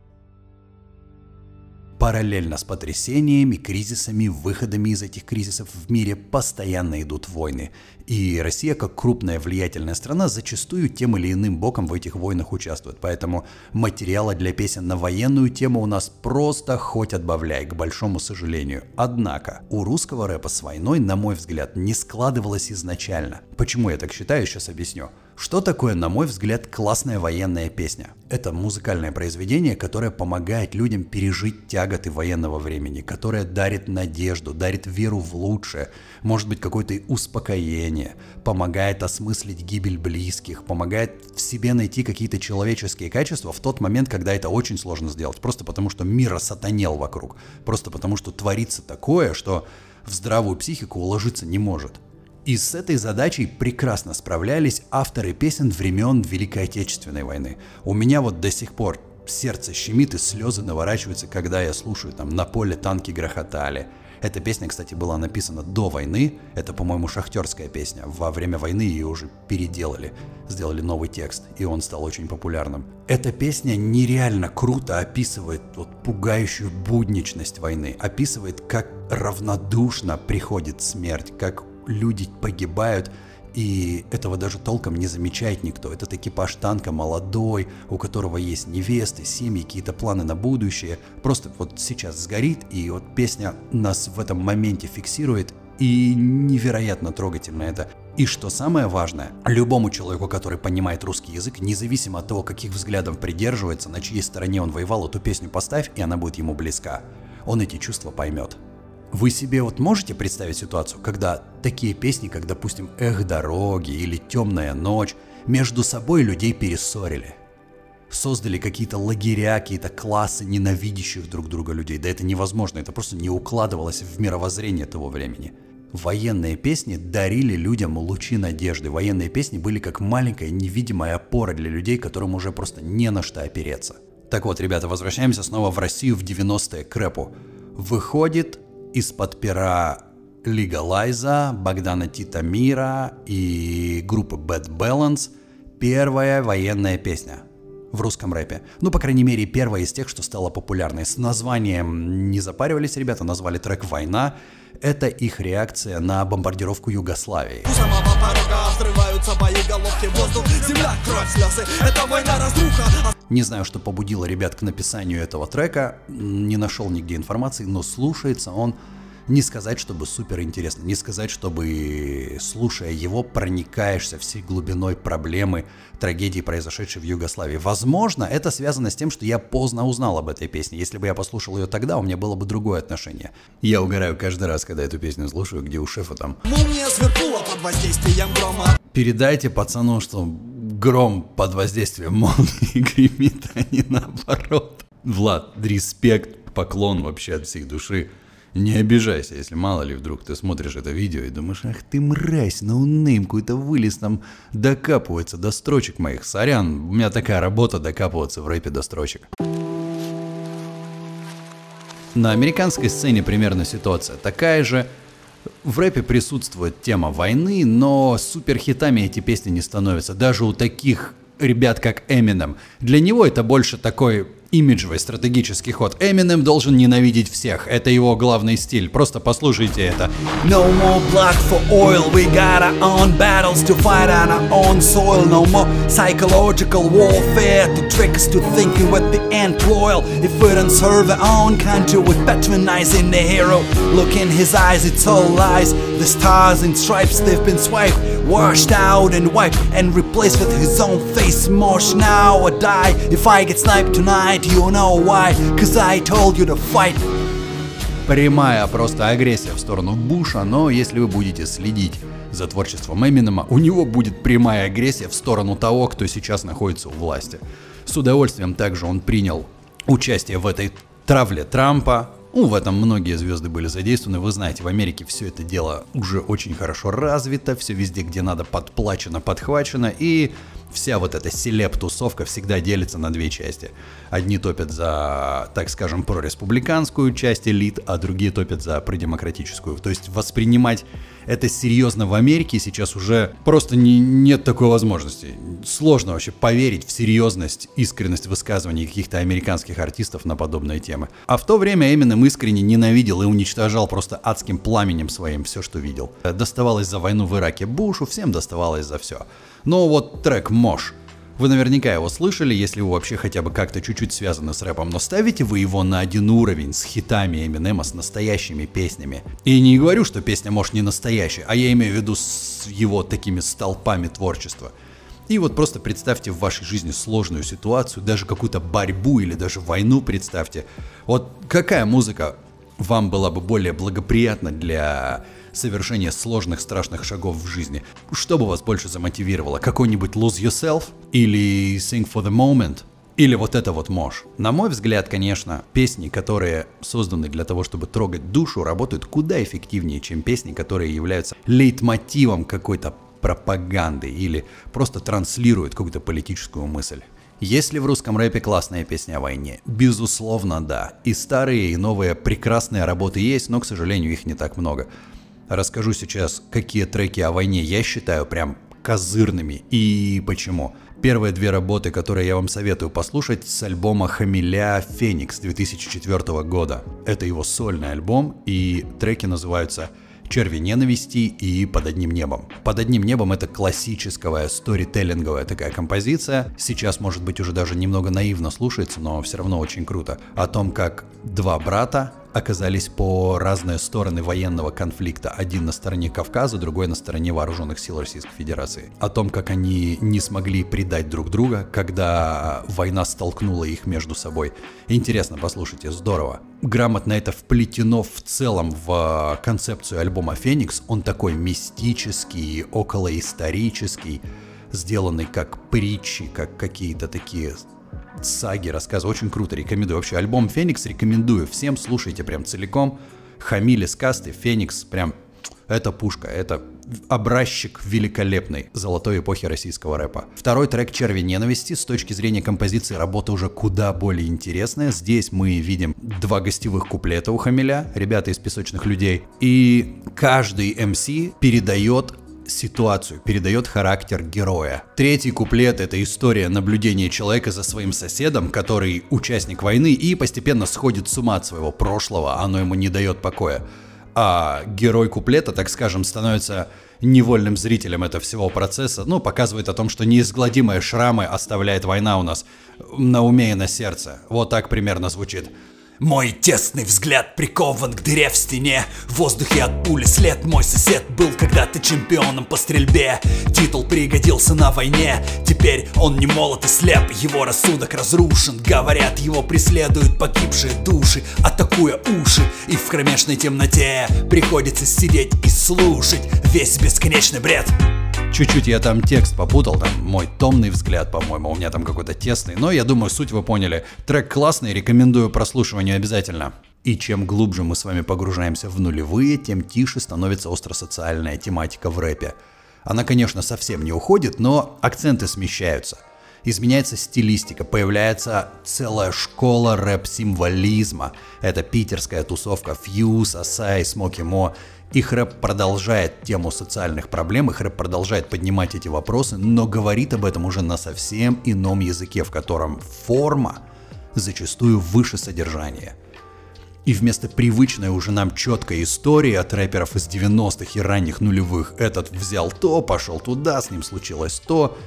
Параллельно с потрясениями, кризисами, выходами из этих кризисов в мире постоянно идут войны. И Россия, как крупная влиятельная страна, зачастую тем или иным боком в этих войнах участвует. Поэтому материала для песен на военную тему у нас просто хоть отбавляй, к большому сожалению. Однако у русского рэпа с войной, на мой взгляд, не складывалось изначально. Почему я так считаю, сейчас объясню. Что такое, на мой взгляд, классная военная песня? Это музыкальное произведение, которое помогает людям пережить тяготы военного времени, которое дарит надежду, дарит веру в лучшее, может быть, какое-то успокоение, помогает осмыслить гибель близких, помогает в себе найти какие-то человеческие качества в тот момент, когда это очень сложно сделать, просто потому что мир осатанел вокруг, просто потому что творится такое, что в здравую психику уложиться не может. И с этой задачей прекрасно справлялись авторы песен времен Великой Отечественной войны. У меня вот до сих пор сердце щемит и слезы наворачиваются, когда я слушаю там «На поле танки грохотали». Эта песня, кстати, была написана до войны. Это, по-моему, шахтерская песня. Во время войны ее уже переделали, сделали новый текст, и он стал очень популярным. Эта песня нереально круто описывает вот пугающую будничность войны, описывает, как равнодушно приходит смерть, как люди погибают, и этого даже толком не замечает никто. Этот экипаж танка молодой, у которого есть невесты, семьи, какие-то планы на будущее. Просто вот сейчас сгорит, и вот песня нас в этом моменте фиксирует, и невероятно трогательно это. И что самое важное, любому человеку, который понимает русский язык, независимо от того, каких взглядов придерживается, на чьей стороне он воевал, эту песню поставь, и она будет ему близка. Он эти чувства поймет. Вы себе вот можете представить ситуацию, когда такие песни, как, допустим, «Эх, дороги» или «Темная ночь», между собой людей перессорили? Создали какие-то лагеря, какие-то классы ненавидящих друг друга людей. Да это невозможно, это просто не укладывалось в мировоззрение того времени. Военные песни дарили людям лучи надежды. Военные песни были как маленькая невидимая опора для людей, которым уже просто не на что опереться. Так вот, ребята, возвращаемся снова в Россию в девяностые к рэпу. Выходит из-под пера Лигалайза, Богдана Титамира и группы Bad Balance первая военная песня в русском рэпе. Ну, по крайней мере, первая из тех, что стала популярной. С названием не запаривались ребята, назвали трек «Война». Это их реакция на бомбардировку Югославии. У самого порога взрываются боеголовки, воздух, земля, кровь, слезы. Это война, разруха. Не знаю, что побудило ребят к написанию этого трека, не нашел нигде информации, но слушается он, не сказать, чтобы супер интересно, не сказать, чтобы, слушая его, проникаешься всей глубиной проблемы трагедии, произошедшей в Югославии. Возможно, это связано с тем, что я поздно узнал об этой песне. Если бы я послушал ее тогда, у меня было бы другое отношение. Я угораю каждый раз, когда эту песню слушаю, где у шефа там «Молния сверкнула под воздействием грома». Передайте пацану, что гром под воздействием молнии гремит, а не наоборот. Влад, респект, поклон вообще от всей души. Не обижайся, если мало ли вдруг ты смотришь это видео и думаешь, ах ты мразь, ноунейм какой-то вылез там, докапывается до строчек моих. Сорян, у меня такая работа докапываться в рэпе до строчек. На американской сцене примерно ситуация такая же. В рэпе присутствует тема войны, но суперхитами эти песни не становятся. Даже у таких ребят, как Eminem. Для него это больше такой имиджевый стратегический ход. Eminem должен ненавидеть всех. Это его главный стиль. Просто послушайте это. No more blood for oil. We got our own battles to fight on our own soil. No more psychological warfare to trick us to thinking we're the end loyal. If we don't serve our own country, we're patronizing the hero. Look in his eyes, it's all lies. The stars and stripes, they've been swiped, washed out and wiped, and replaced with his own face. Mosh now or die. If I get sniped tonight, you know why. Cause I told you to fight. Прямая просто агрессия в сторону Буша, но если вы будете следить за творчеством Эминема, у него будет прямая агрессия в сторону того, кто сейчас находится у власти. С удовольствием также он принял участие в этой травле Трампа. Ну, в этом многие звезды были задействованы. Вы знаете, в Америке все это дело уже очень хорошо развито, все везде, где надо, подплачено, подхвачено, и вся вот эта селеб-тусовка всегда делится на две части. Одни топят за, так скажем, прореспубликанскую часть элит, а другие топят за продемократическую. То есть воспринимать это серьезно в Америке сейчас уже просто не, нет такой возможности. Сложно вообще поверить в серьезность, искренность высказываний каких-то американских артистов на подобные темы. А в то время Эминем искренне ненавидел и уничтожал просто адским пламенем своим все, что видел. Доставалось за войну в Ираке Бушу, всем доставалось за все. Но вот трек «Мош». Вы наверняка его слышали, если вы вообще хотя бы как-то чуть-чуть связаны с рэпом, но ставите вы его на один уровень с хитами Эминема, с настоящими песнями. И не говорю, что песня «Мош» не настоящая, а я имею в виду с его такими столпами творчества. И вот просто представьте в вашей жизни сложную ситуацию, даже какую-то борьбу или даже войну представьте. Вот какая музыка вам была бы более благоприятна для совершения сложных, страшных шагов в жизни? Что бы вас больше замотивировало? Какой-нибудь Lose Yourself? Или Sing for the Moment? Или вот это вот Мош? На мой взгляд, конечно, песни, которые созданы для того, чтобы трогать душу, работают куда эффективнее, чем песни, которые являются лейтмотивом какой-то пропаганды или просто транслируют какую-то политическую мысль. Есть ли в русском рэпе классная песня о войне? Безусловно, да. И старые, и новые прекрасные работы есть, но, к сожалению, их не так много. Расскажу сейчас, какие треки о войне я считаю прям козырными и почему. Первые две работы, которые я вам советую послушать, с альбома Хамиля «Феникс» две тысячи четвёртого года. Это его сольный альбом, и треки называются «Черви ненависти» и «Под одним небом». «Под одним небом» — это классическая сторителлинговая такая композиция. Сейчас, может быть, уже даже немного наивно слушается, но все равно очень круто. О том, как два брата оказались по разные стороны военного конфликта. Один на стороне Кавказа, другой на стороне вооруженных сил Российской Федерации. О том, как они не смогли предать друг друга, когда война столкнула их между собой. Интересно, послушайте, здорово. Грамотно это вплетено в целом в концепцию альбома «Феникс». Он такой мистический, околоисторический, сделанный как притчи, как какие-то такие саги, рассказы. Очень круто, рекомендую. Вообще, альбом «Феникс» рекомендую всем, слушайте прям целиком. Хамиль из касты, «Феникс», прям это пушка, это образчик великолепной золотой эпохи российского рэпа. Второй трек «Черви ненависти» с точки зрения композиции работа уже куда более интересная. Здесь мы видим два гостевых куплета у Хамиля, ребята из «Песочных людей», и каждый эм си передает ситуацию, передает характер героя. Третий куплет — это история наблюдения человека за своим соседом, который участник войны и постепенно сходит с ума от своего прошлого, оно ему не дает покоя. А герой куплета, так скажем, становится невольным зрителем этого всего процесса, ну, показывает о том, что неизгладимые шрамы оставляет война у нас на уме и на сердце. Вот так примерно звучит. Мой тесный взгляд прикован к дыре в стене. В воздухе от пули след. Мой сосед был когда-то чемпионом по стрельбе. Титул пригодился на войне. Теперь он не молод и слеп. Его рассудок разрушен. Говорят, его преследуют погибшие души, атакуя уши. И в кромешной темноте приходится сидеть и слушать весь бесконечный бред. Чуть-чуть я там текст попутал, там мой томный взгляд, по-моему, у меня там какой-то тесный, но я думаю, суть вы поняли. Трек классный, рекомендую прослушиванию обязательно. И чем глубже мы с вами погружаемся в нулевые, тем тише становится остросоциальная тематика в рэпе. Она, конечно, совсем не уходит, но акценты смещаются. Изменяется стилистика, появляется целая школа рэп-символизма. Это питерская тусовка Фьюз, Асай, Смоки Мо. Их рэп продолжает тему социальных проблем, их рэп продолжает поднимать эти вопросы, но говорит об этом уже на совсем ином языке, в котором форма зачастую выше содержания. И вместо привычной уже нам четкой истории от рэперов из девяностых и ранних нулевых «этот взял то, пошел туда, с ним случилось то»,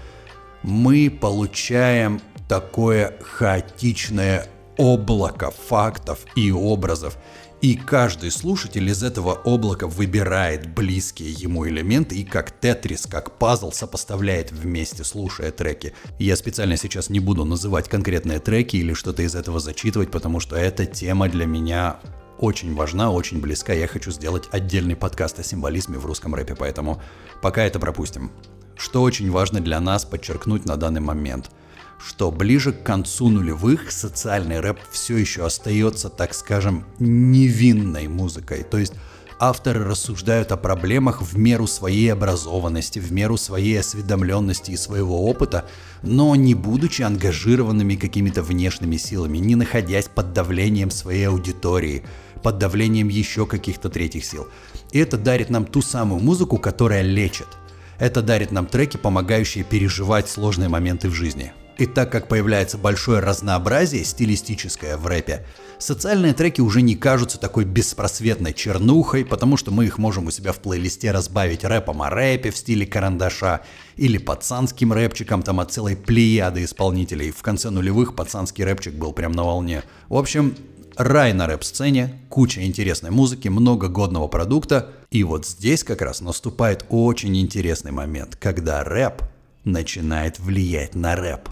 мы получаем такое хаотичное облако фактов и образов. И каждый слушатель из этого облака выбирает близкие ему элементы и как тетрис, как пазл сопоставляет вместе, слушая треки. Я специально сейчас не буду называть конкретные треки или что-то из этого зачитывать, потому что эта тема для меня очень важна, очень близка. Я хочу сделать отдельный подкаст о символизме в русском рэпе, поэтому пока это пропустим. Что очень важно для нас подчеркнуть на данный момент, что ближе к концу нулевых социальный рэп все еще остается, так скажем, невинной музыкой. То есть авторы рассуждают о проблемах в меру своей образованности, в меру своей осведомленности и своего опыта, но не будучи ангажированными какими-то внешними силами, не находясь под давлением своей аудитории, под давлением еще каких-то третьих сил. И это дарит нам ту самую музыку, которая лечит. Это дарит нам треки, помогающие переживать сложные моменты в жизни. И так как появляется большое разнообразие стилистическое в рэпе, социальные треки уже не кажутся такой беспросветной чернухой, потому что мы их можем у себя в плейлисте разбавить рэпом о рэпе в стиле карандаша или пацанским рэпчиком там от целой плеяды исполнителей. В конце нулевых пацанский рэпчик был прям на волне. В общем, рай на рэп-сцене, куча интересной музыки, много годного продукта. И вот здесь как раз наступает очень интересный момент, когда рэп начинает влиять на рэп.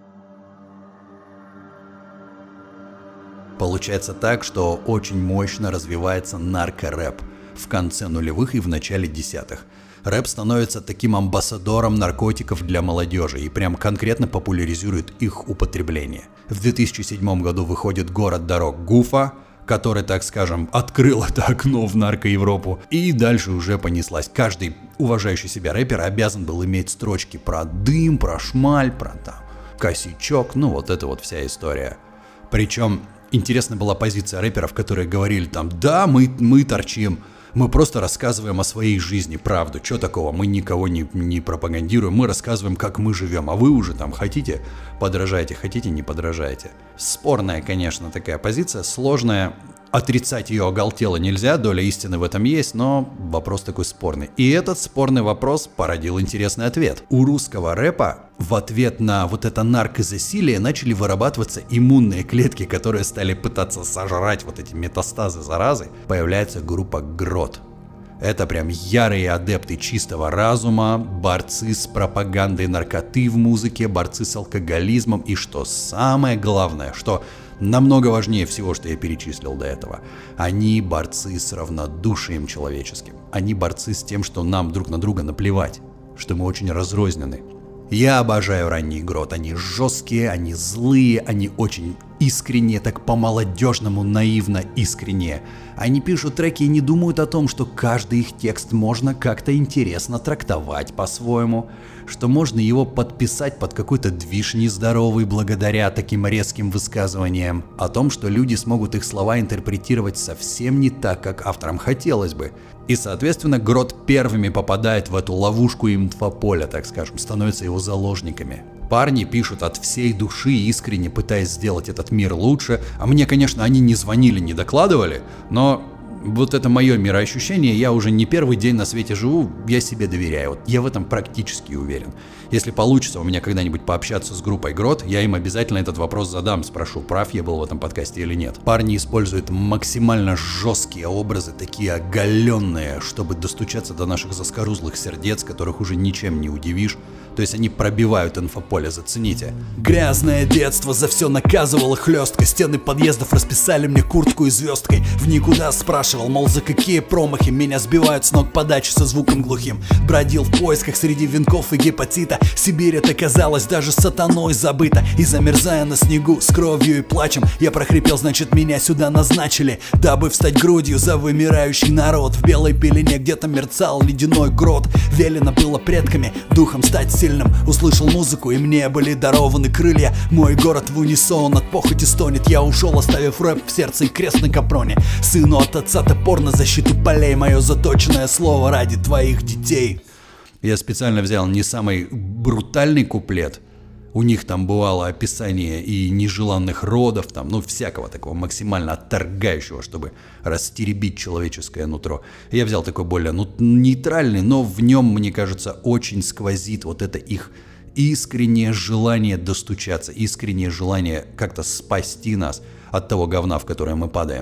Получается так, что очень мощно развивается наркорэп в конце нулевых и в начале десятых. Рэп становится таким амбассадором наркотиков для молодежи и прям конкретно популяризирует их употребление. В две тысячи седьмом году выходит «Город дорог» Гуфа, который, так скажем, открыл это окно в нарко-Европу, и дальше уже понеслась. Каждый уважающий себя рэпер обязан был иметь строчки про дым, про шмаль, про там косячок, ну вот это вот вся история. Причем интересна была позиция рэперов, которые говорили там: да, мы, мы торчим, мы просто рассказываем о своей жизни, правду, что такого, мы никого не, не пропагандируем, мы рассказываем, как мы живем, а вы уже там хотите, подражайте, хотите, не подражайте. Спорная, конечно, такая позиция, сложная, отрицать ее оголтело нельзя, доля истины в этом есть, но вопрос такой спорный. И этот спорный вопрос породил интересный ответ. У русского рэпа в ответ на вот это наркозасилие начали вырабатываться иммунные клетки, которые стали пытаться сожрать вот эти метастазы заразы. Появляется группа Грот. Это прям ярые адепты чистого разума, борцы с пропагандой наркоты в музыке, борцы с алкоголизмом и, что самое главное, что намного важнее всего, что я перечислил до этого, они борцы с равнодушием человеческим. Они борцы с тем, что нам друг на друга наплевать, что мы очень разрознены. Я обожаю ранний Грот, они жесткие, они злые, они очень искренние, так по-молодежному, наивно искренние. Они пишут треки и не думают о том, что каждый их текст можно как-то интересно трактовать по-своему, что можно его подписать под какой-то движ нездоровый благодаря таким резким высказываниям, о том, что люди смогут их слова интерпретировать совсем не так, как авторам хотелось бы. И, соответственно, Грот первыми попадает в эту ловушку инфополя, так скажем, становятся его заложниками. Парни пишут от всей души, искренне пытаясь сделать этот мир лучше. А мне, конечно, они не звонили, не докладывали, но вот это мое мироощущение, я уже не первый день на свете живу, я себе доверяю. Вот я в этом практически уверен. Если получится у меня когда-нибудь пообщаться с группой Грот, я им обязательно этот вопрос задам, спрошу, прав я был в этом подкасте или нет. Парни используют максимально жесткие образы, такие оголенные, чтобы достучаться до наших заскорузлых сердец, которых уже ничем не удивишь. То есть они пробивают инфополе, зацените. Грязное детство за все наказывало хлестко. Стены подъездов расписали мне куртку и звездкой. В никуда спрашивал, мол, за какие промахи меня сбивают с ног подачи со звуком глухим. Бродил в поисках среди венков и гепатита. Сибирь это казалось даже сатаной забыта. И замерзая на снегу с кровью и плачем, я прохрипел, значит меня сюда назначили, дабы встать грудью за вымирающий народ. В белой пелене где-то мерцал ледяной грот. Велено было предками духом стать сильным. Услышал музыку, и мне были дарованы крылья. Мой город в унисон от похоти стонет. Я ушел, оставив рэп в сердце и крест на капроне. Сыну от отца топор на защиту полей. Мое заточенное слово ради твоих детей. Я специально взял не самый брутальный куплет. У них там бывало описание и нежеланных родов, там, ну, всякого такого максимально отторгающего, чтобы растеребить человеческое нутро. Я взял такой более ну, нейтральный, но в нем, мне кажется, очень сквозит вот это их искреннее желание достучаться, искреннее желание как-то спасти нас от того говна, в которое мы падаем.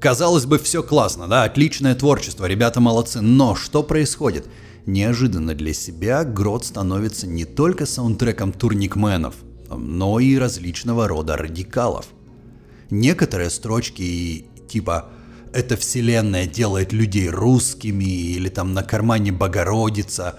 Казалось бы, все классно, да, отличное творчество, ребята молодцы, но что происходит? Неожиданно для себя Грот становится не только саундтреком турникменов, но и различного рода радикалов. Некоторые строчки типа «эта вселенная делает людей русскими» или там «на кармане Богородица»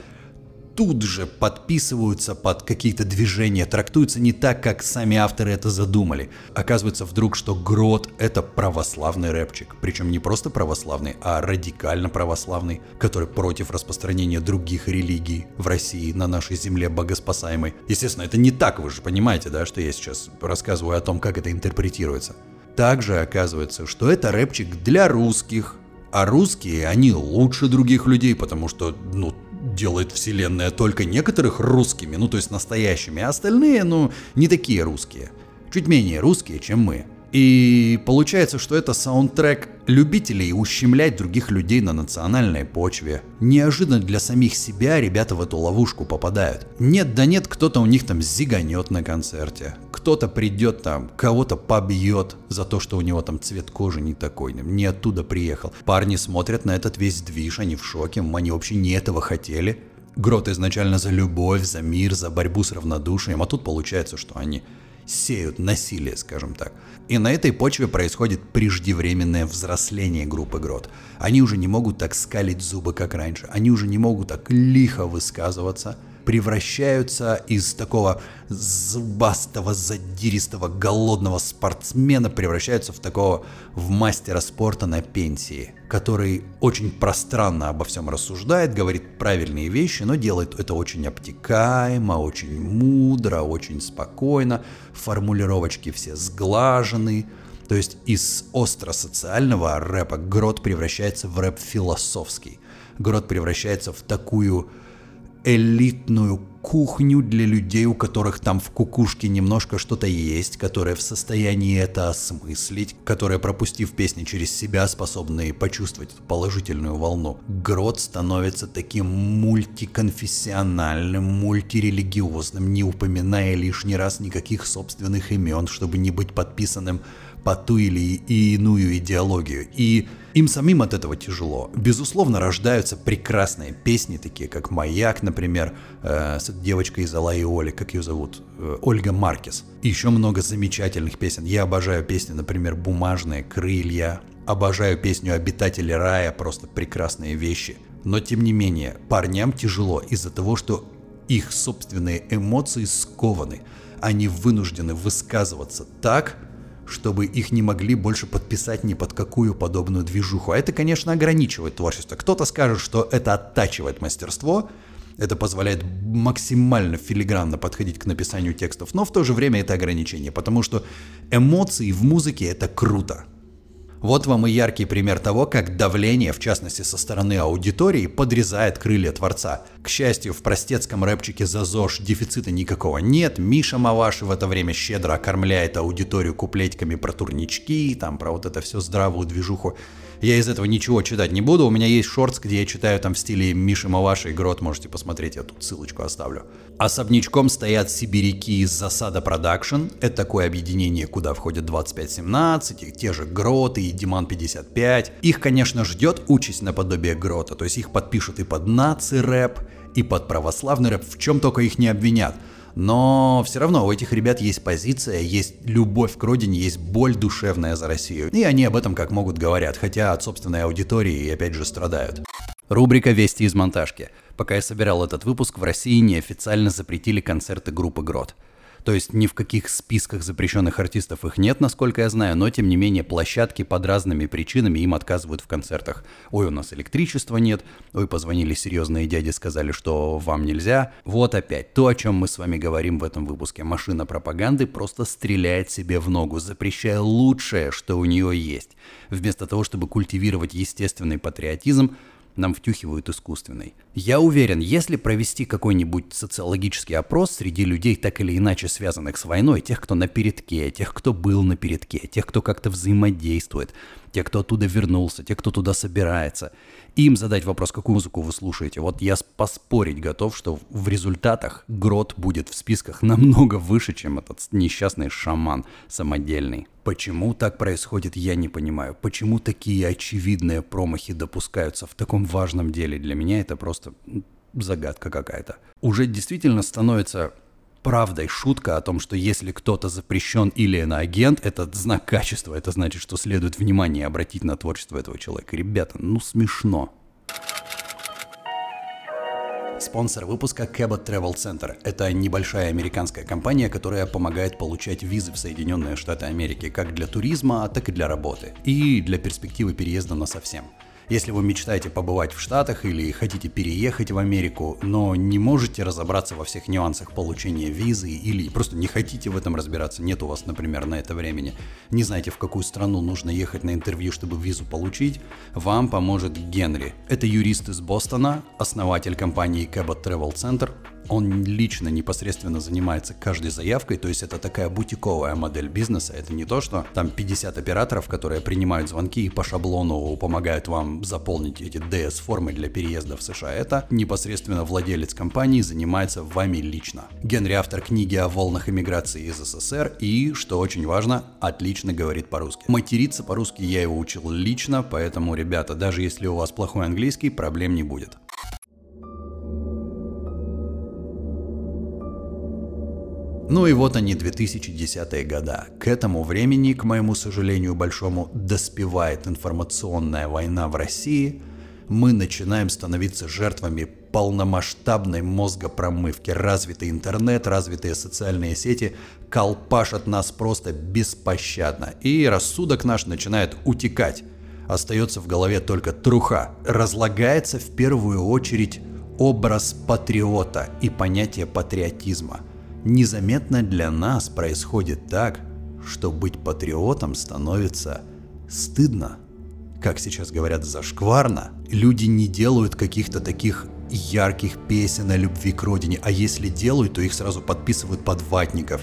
тут же подписываются под какие-то движения, трактуются не так, как сами авторы это задумали. Оказывается вдруг, что Грот — это православный рэпчик. Причем не просто православный, а радикально православный, который против распространения других религий в России, на нашей земле богоспасаемой. Естественно, это не так, вы же понимаете, да, что я сейчас рассказываю о том, как это интерпретируется. Также оказывается, что это рэпчик для русских. А русские, они лучше других людей, потому что, ну, делает вселенная только некоторых русскими, ну то есть настоящими, а остальные, ну, не такие русские, чуть менее русские, чем мы. И получается, что это саундтрек любителей ущемлять других людей на национальной почве. Неожиданно для самих себя ребята в эту ловушку попадают. Нет да нет, кто-то у них там зиганет на концерте, кто-то придет там, кого-то побьет за то, что у него там цвет кожи не такой, не оттуда приехал. Парни смотрят на этот весь движ, они в шоке, они вообще не этого хотели. Грот изначально за любовь, за мир, за борьбу с равнодушием, а тут получается, что они сеют насилие, скажем так. И на этой почве происходит преждевременное взросление группы Грот. Они уже не могут так скалить зубы, как раньше. Они уже не могут так лихо высказываться. Превращаются из такого зубастого, задиристого, голодного спортсмена, превращаются в такого, в мастера спорта на пенсии, который очень пространно обо всем рассуждает, говорит правильные вещи, но делает это очень обтекаемо, очень мудро, очень спокойно, формулировочки все сглажены. То есть из остро-социального рэпа Грот превращается в рэп философский. Грот превращается в такую элитную кухню для людей, у которых там в кукушке немножко что-то есть, которые в состоянии это осмыслить, которые, пропустив песни через себя, способны почувствовать положительную волну. Грот становится таким мультиконфессиональным, мультирелигиозным, не упоминая лишний раз никаких собственных имен, чтобы не быть подписанным по ту или иную идеологию. И им самим от этого тяжело. Безусловно, рождаются прекрасные песни, такие как «Маяк», например, э, с девочкой из Алла и Оли, как ее зовут, э, Ольга Маркес. И еще много замечательных песен. Я обожаю песни, например, «Бумажные крылья», обожаю песню «Обитатели рая», просто прекрасные вещи. Но тем не менее, парням тяжело из-за того, что их собственные эмоции скованы. Они вынуждены высказываться так, чтобы их не могли больше подписать ни под какую подобную движуху. А это, конечно, ограничивает творчество. Кто-то скажет, что это оттачивает мастерство, это позволяет максимально филигранно подходить к написанию текстов, но в то же время это ограничение, потому что эмоции в музыке — это круто. Вот вам и яркий пример того, как давление, в частности со стороны аудитории, подрезает крылья творца. К счастью, в простецком рэпчике за ЗОЖ дефицита никакого нет. Миша Маваши в это время щедро окормляет аудиторию куплетиками про турнички, там про вот это все здравую движуху. Я из этого ничего читать не буду, у меня есть шортс, где я читаю там в стиле Миши Маваши и Грот, можете посмотреть, я тут ссылочку оставлю. Особнячком стоят сибиряки из Засада Продакшн, это такое объединение, куда входят двадцать пять семнадцать, и те же Гроты и Диман пятьдесят пять. Их, конечно, ждет участь наподобие Грота, то есть их подпишут и под наци-рэп, и под православный рэп, в чем только их не обвинят. Но все равно у этих ребят есть позиция, есть любовь к родине, есть боль душевная за Россию. И они об этом как могут говорят, хотя от собственной аудитории опять же страдают. Рубрика «Вести из монтажки». Пока я собирал этот выпуск, в России неофициально запретили концерты группы Грот. То есть ни в каких списках запрещенных артистов их нет, насколько я знаю, но тем не менее площадки под разными причинами им отказывают в концертах. Ой, у нас электричества нет, ой, позвонили серьезные дяди, сказали, что вам нельзя. Вот опять то, о чем мы с вами говорим в этом выпуске. Машина пропаганды просто стреляет себе в ногу, запрещая лучшее, что у нее есть. Вместо того, чтобы культивировать естественный патриотизм, нам втюхивают искусственный. Я уверен, если провести какой-нибудь социологический опрос среди людей, так или иначе связанных с войной, тех, кто на передке, тех, кто был на передке, тех, кто как-то взаимодействует, те, кто оттуда вернулся, те, кто туда собирается, им задать вопрос, какую музыку вы слушаете. Вот я поспорить готов, что в результатах Грот будет в списках намного выше, чем этот несчастный шаман самодельный. Почему так происходит, я не понимаю. Почему такие очевидные промахи допускаются в таком важном деле? Для меня это просто загадка какая-то. Уже действительно становится правдой шутка о том, что если кто-то запрещен или иноагент, это знак качества, это значит, что следует внимание обратить на творчество этого человека. Ребята, ну смешно. Спонсор выпуска Cabot Travel Center. Это небольшая американская компания, которая помогает получать визы в Соединенные Штаты Америки как для туризма, так и для работы. И для перспективы переезда насовсем. Если вы мечтаете побывать в Штатах или хотите переехать в Америку, но не можете разобраться во всех нюансах получения визы или просто не хотите в этом разбираться, нет у вас, например, на это времени, не знаете, в какую страну нужно ехать на интервью, чтобы визу получить, вам поможет Генри. Это юрист из Бостона, основатель компании Cabot Travel Center. Он лично непосредственно занимается каждой заявкой, то есть это такая бутиковая модель бизнеса. Это не то, что там пятьдесят операторов, которые принимают звонки и по шаблону помогают вам заполнить эти ди эс-формы для переезда в США. Это непосредственно владелец компании занимается вами лично. Генри автор книги о волнах эмиграции из эс эс эр и, что очень важно, отлично говорит по-русски. Материться по-русски я его учил лично, поэтому, ребята, даже если у вас плохой английский, проблем не будет. Ну и вот они, две тысячи десятые года. К этому времени, к моему сожалению большому, доспевает информационная война в России. Мы начинаем становиться жертвами полномасштабной мозгопромывки. Развитый интернет, развитые социальные сети колпашат нас просто беспощадно. И рассудок наш начинает утекать. Остается в голове только труха. Разлагается в первую очередь образ патриота и понятие патриотизма. Незаметно для нас происходит так, что быть патриотом становится стыдно. Как сейчас говорят, зашкварно. Люди не делают каких-то таких ярких песен о любви к родине, а если делают, то их сразу подписывают под ватников.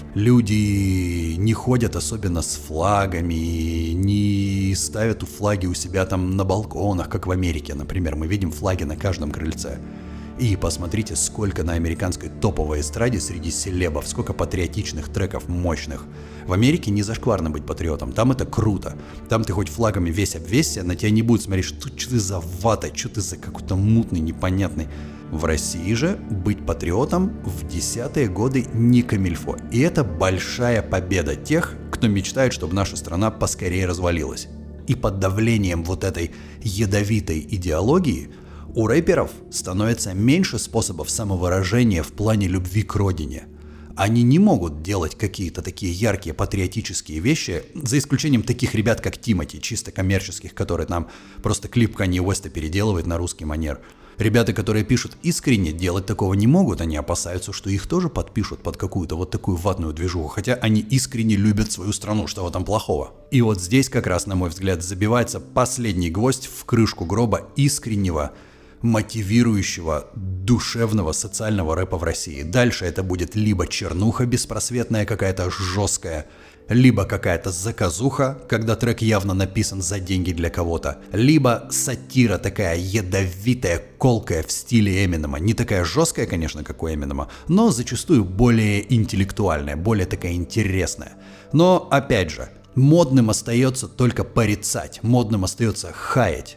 Люди не ходят особенно с флагами, не ставят флаги у себя там на балконах, как в Америке, например. Мы видим флаги на каждом крыльце. И посмотрите, сколько на американской топовой эстраде среди селебов, сколько патриотичных треков мощных. В Америке не зашкварно быть патриотом, там это круто. Там ты хоть флагами весь обвесься, на тебя не будут смотреть, что, что ты за вата, что ты за какой-то мутный, непонятный. В России же быть патриотом в десятые годы не камильфо. И это большая победа тех, кто мечтает, чтобы наша страна поскорее развалилась. И под давлением вот этой ядовитой идеологии у рэперов становится меньше способов самовыражения в плане любви к родине. Они не могут делать какие-то такие яркие патриотические вещи, за исключением таких ребят, как Тимати, чисто коммерческих, которые нам просто клип Канье Уэста переделывает на русский манер. Ребята, которые пишут искренне, делать такого не могут, они опасаются, что их тоже подпишут под какую-то вот такую ватную движуху, хотя они искренне любят свою страну, что в этом плохого. И вот здесь как раз, на мой взгляд, забивается последний гвоздь в крышку гроба искреннего, мотивирующего, душевного социального рэпа в России. Дальше это будет либо чернуха беспросветная какая-то жесткая, либо какая-то заказуха, когда трек явно написан за деньги для кого-то, либо сатира такая ядовитая, колкая в стиле Эминема. Не такая жесткая, конечно, как у Эминема, но зачастую более интеллектуальная, более такая интересная. Но, опять же, модным остается только порицать, модным остается хаять,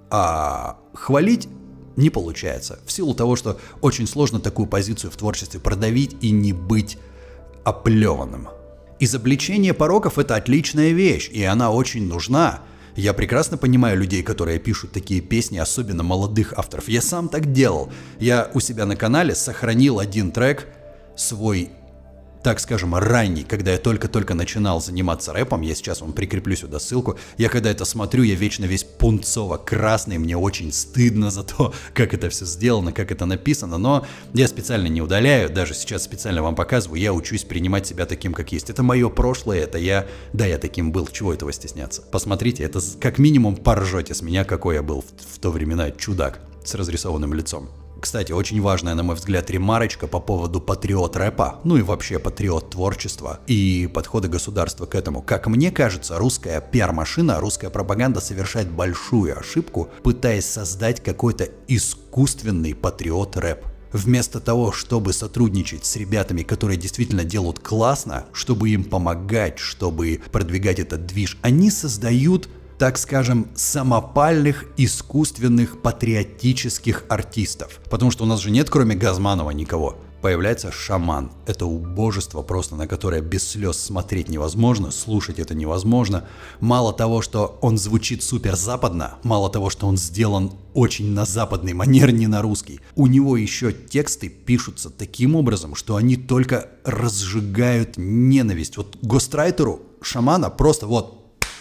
а хвалить не получается, в силу того, что очень сложно такую позицию в творчестве продавить и не быть оплеванным. Изобличение пороков — это отличная вещь, и она очень нужна. Я прекрасно понимаю людей, которые пишут такие песни, особенно молодых авторов. Я сам так делал. Я у себя на канале сохранил один трек, свой, так скажем, ранний, когда я только-только начинал заниматься рэпом. Я сейчас вам прикреплю сюда ссылку. Я когда это смотрю, я вечно весь пунцово-красный, мне очень стыдно за то, как это все сделано, как это написано, но я специально не удаляю, даже сейчас специально вам показываю, я учусь принимать себя таким, как есть. Это мое прошлое, это я, да, я таким был, чего этого стесняться. Посмотрите, это как минимум поржете с меня, какой я был в, в то времена чудак с разрисованным лицом. Кстати, очень важная, на мой взгляд, ремарочка по поводу патриот-рэпа, ну и вообще патриот-творчества и подхода государства к этому. Как мне кажется, русская пиар-машина, русская пропаганда совершает большую ошибку, пытаясь создать какой-то искусственный патриот-рэп. Вместо того, чтобы сотрудничать с ребятами, которые действительно делают классно, чтобы им помогать, чтобы продвигать этот движ, они создают, так скажем, самопальных, искусственных, патриотических артистов. Потому что у нас же нет, кроме Газманова, никого. Появляется Шаман. Это убожество просто, на которое без слез смотреть невозможно, слушать это невозможно. Мало того, что он звучит супер западно, мало того, что он сделан очень на западный манер, не на русский, у него еще тексты пишутся таким образом, что они только разжигают ненависть. Вот гострайтеру Шамана просто вот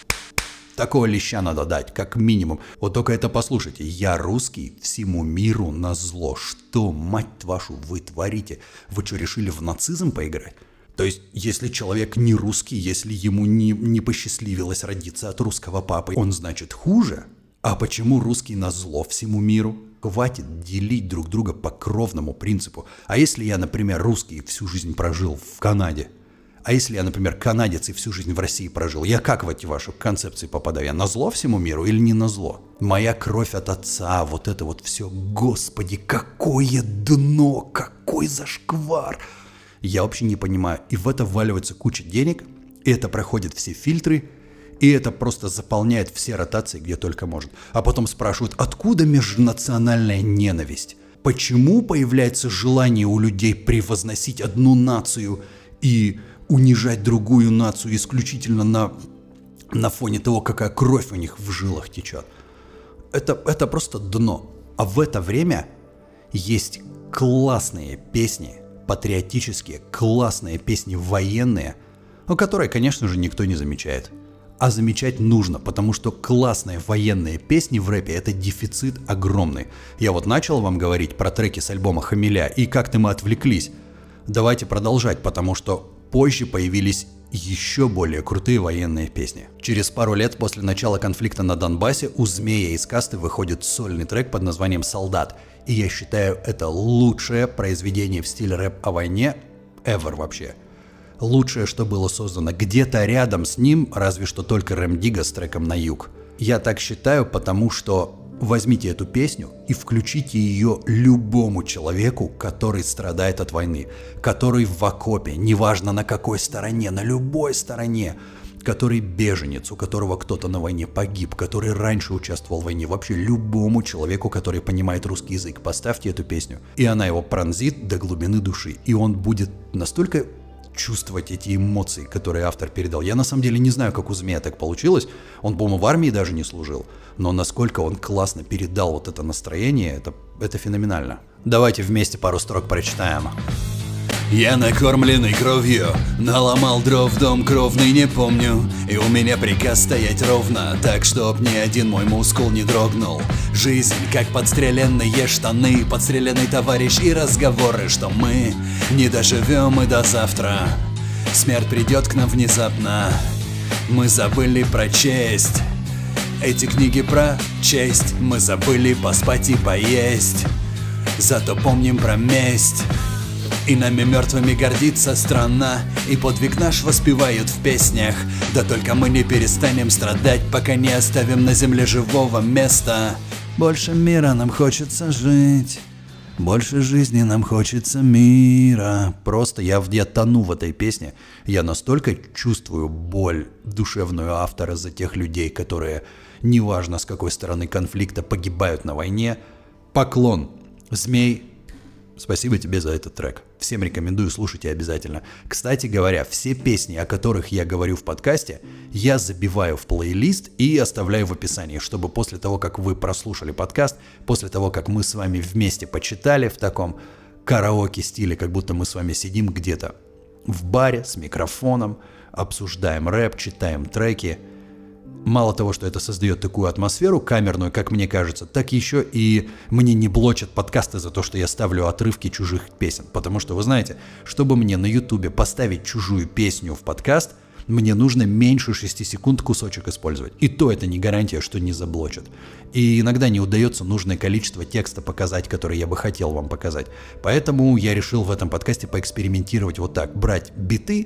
такого леща надо дать, как минимум. Вот только это послушайте. Я русский, всему миру назло. Что, мать вашу, вы творите? Вы что, решили в нацизм поиграть? То есть, если человек не русский, если ему не, не посчастливилось родиться от русского папы, он, значит, хуже? А почему русский назло всему миру? Хватит делить друг друга по кровному принципу. А если я, например, русский всю жизнь прожил в Канаде? А если я, например, канадец и всю жизнь в России прожил, я как в эти ваши концепции попадаю? Я назло всему миру или не назло? Моя кровь от отца, вот это вот все, господи, какое дно, какой зашквар! Я вообще не понимаю. И в это вваливается куча денег, и это проходит все фильтры, и это просто заполняет все ротации, где только может. А потом спрашивают, откуда межнациональная ненависть? Почему появляется желание у людей превозносить одну нацию и унижать другую нацию исключительно на, на фоне того, какая кровь у них в жилах течет? Это, это просто дно. А в это время есть классные песни, патриотические, классные песни военные, но которые, конечно же, никто не замечает. А замечать нужно, потому что классные военные песни в рэпе – это дефицит огромный. Я вот начал вам говорить про треки с альбома «Хамиля», и как-то мы отвлеклись. Давайте продолжать, потому что позже появились еще более крутые военные песни. Через пару лет после начала конфликта на Донбассе у Змея из Касты выходит сольный трек под названием «Солдат». И я считаю, это лучшее произведение в стиле рэп о войне ever вообще. Лучшее, что было создано. Где-то рядом с ним, разве что только Рэм Дигга с треком «На юг». Я так считаю, потому что возьмите эту песню и включите ее любому человеку, который страдает от войны, который в окопе, неважно на какой стороне, на любой стороне, который беженец, у которого кто-то на войне погиб, который раньше участвовал в войне, вообще любому человеку, который понимает русский язык, поставьте эту песню, и она его пронзит до глубины души, и он будет настолько чувствовать эти эмоции, которые автор передал. Я на самом деле не знаю, как у Змея так получилось. Он, по-моему, в армии даже не служил. Но насколько он классно передал вот это настроение, это, это феноменально. Давайте вместе пару строк прочитаем. Я накормленный кровью, наломал дров, дом кровный не помню. И у меня приказ стоять ровно, так чтоб ни один мой мускул не дрогнул. Жизнь как подстреленные штаны, подстреленный товарищ и разговоры, что мы не доживем и до завтра. Смерть придет к нам внезапно, мы забыли про честь. Эти книги про честь, мы забыли поспать и поесть. Зато помним про месть. И нами мертвыми гордится страна, и подвиг наш воспевают в песнях. Да только мы не перестанем страдать, пока не оставим на земле живого места. Больше мира нам хочется жить, больше жизни нам хочется мира. Просто я, я тону в этой песне. Я настолько чувствую боль душевную автора за тех людей, которые, неважно с какой стороны конфликта, погибают на войне. Поклон, Змей. Спасибо тебе за этот трек. Всем рекомендую, слушайте обязательно. Кстати говоря, все песни, о которых я говорю в подкасте, я забиваю в плейлист и оставляю в описании, чтобы после того, как вы прослушали подкаст, после того, как мы с вами вместе почитали в таком караоке стиле, как будто мы с вами сидим где-то в баре с микрофоном, обсуждаем рэп, читаем треки. Мало того, что это создает такую атмосферу камерную, как мне кажется, так еще и мне не блочат подкасты за то, что я ставлю отрывки чужих песен. Потому что, вы знаете, чтобы мне на ютубе поставить чужую песню в подкаст, Мне нужно меньше шести секунд кусочек использовать. И то это не гарантия, что не заблочат. И иногда не удается нужное количество текста показать, который я бы хотел вам показать. Поэтому я решил в этом подкасте поэкспериментировать вот так. Брать биты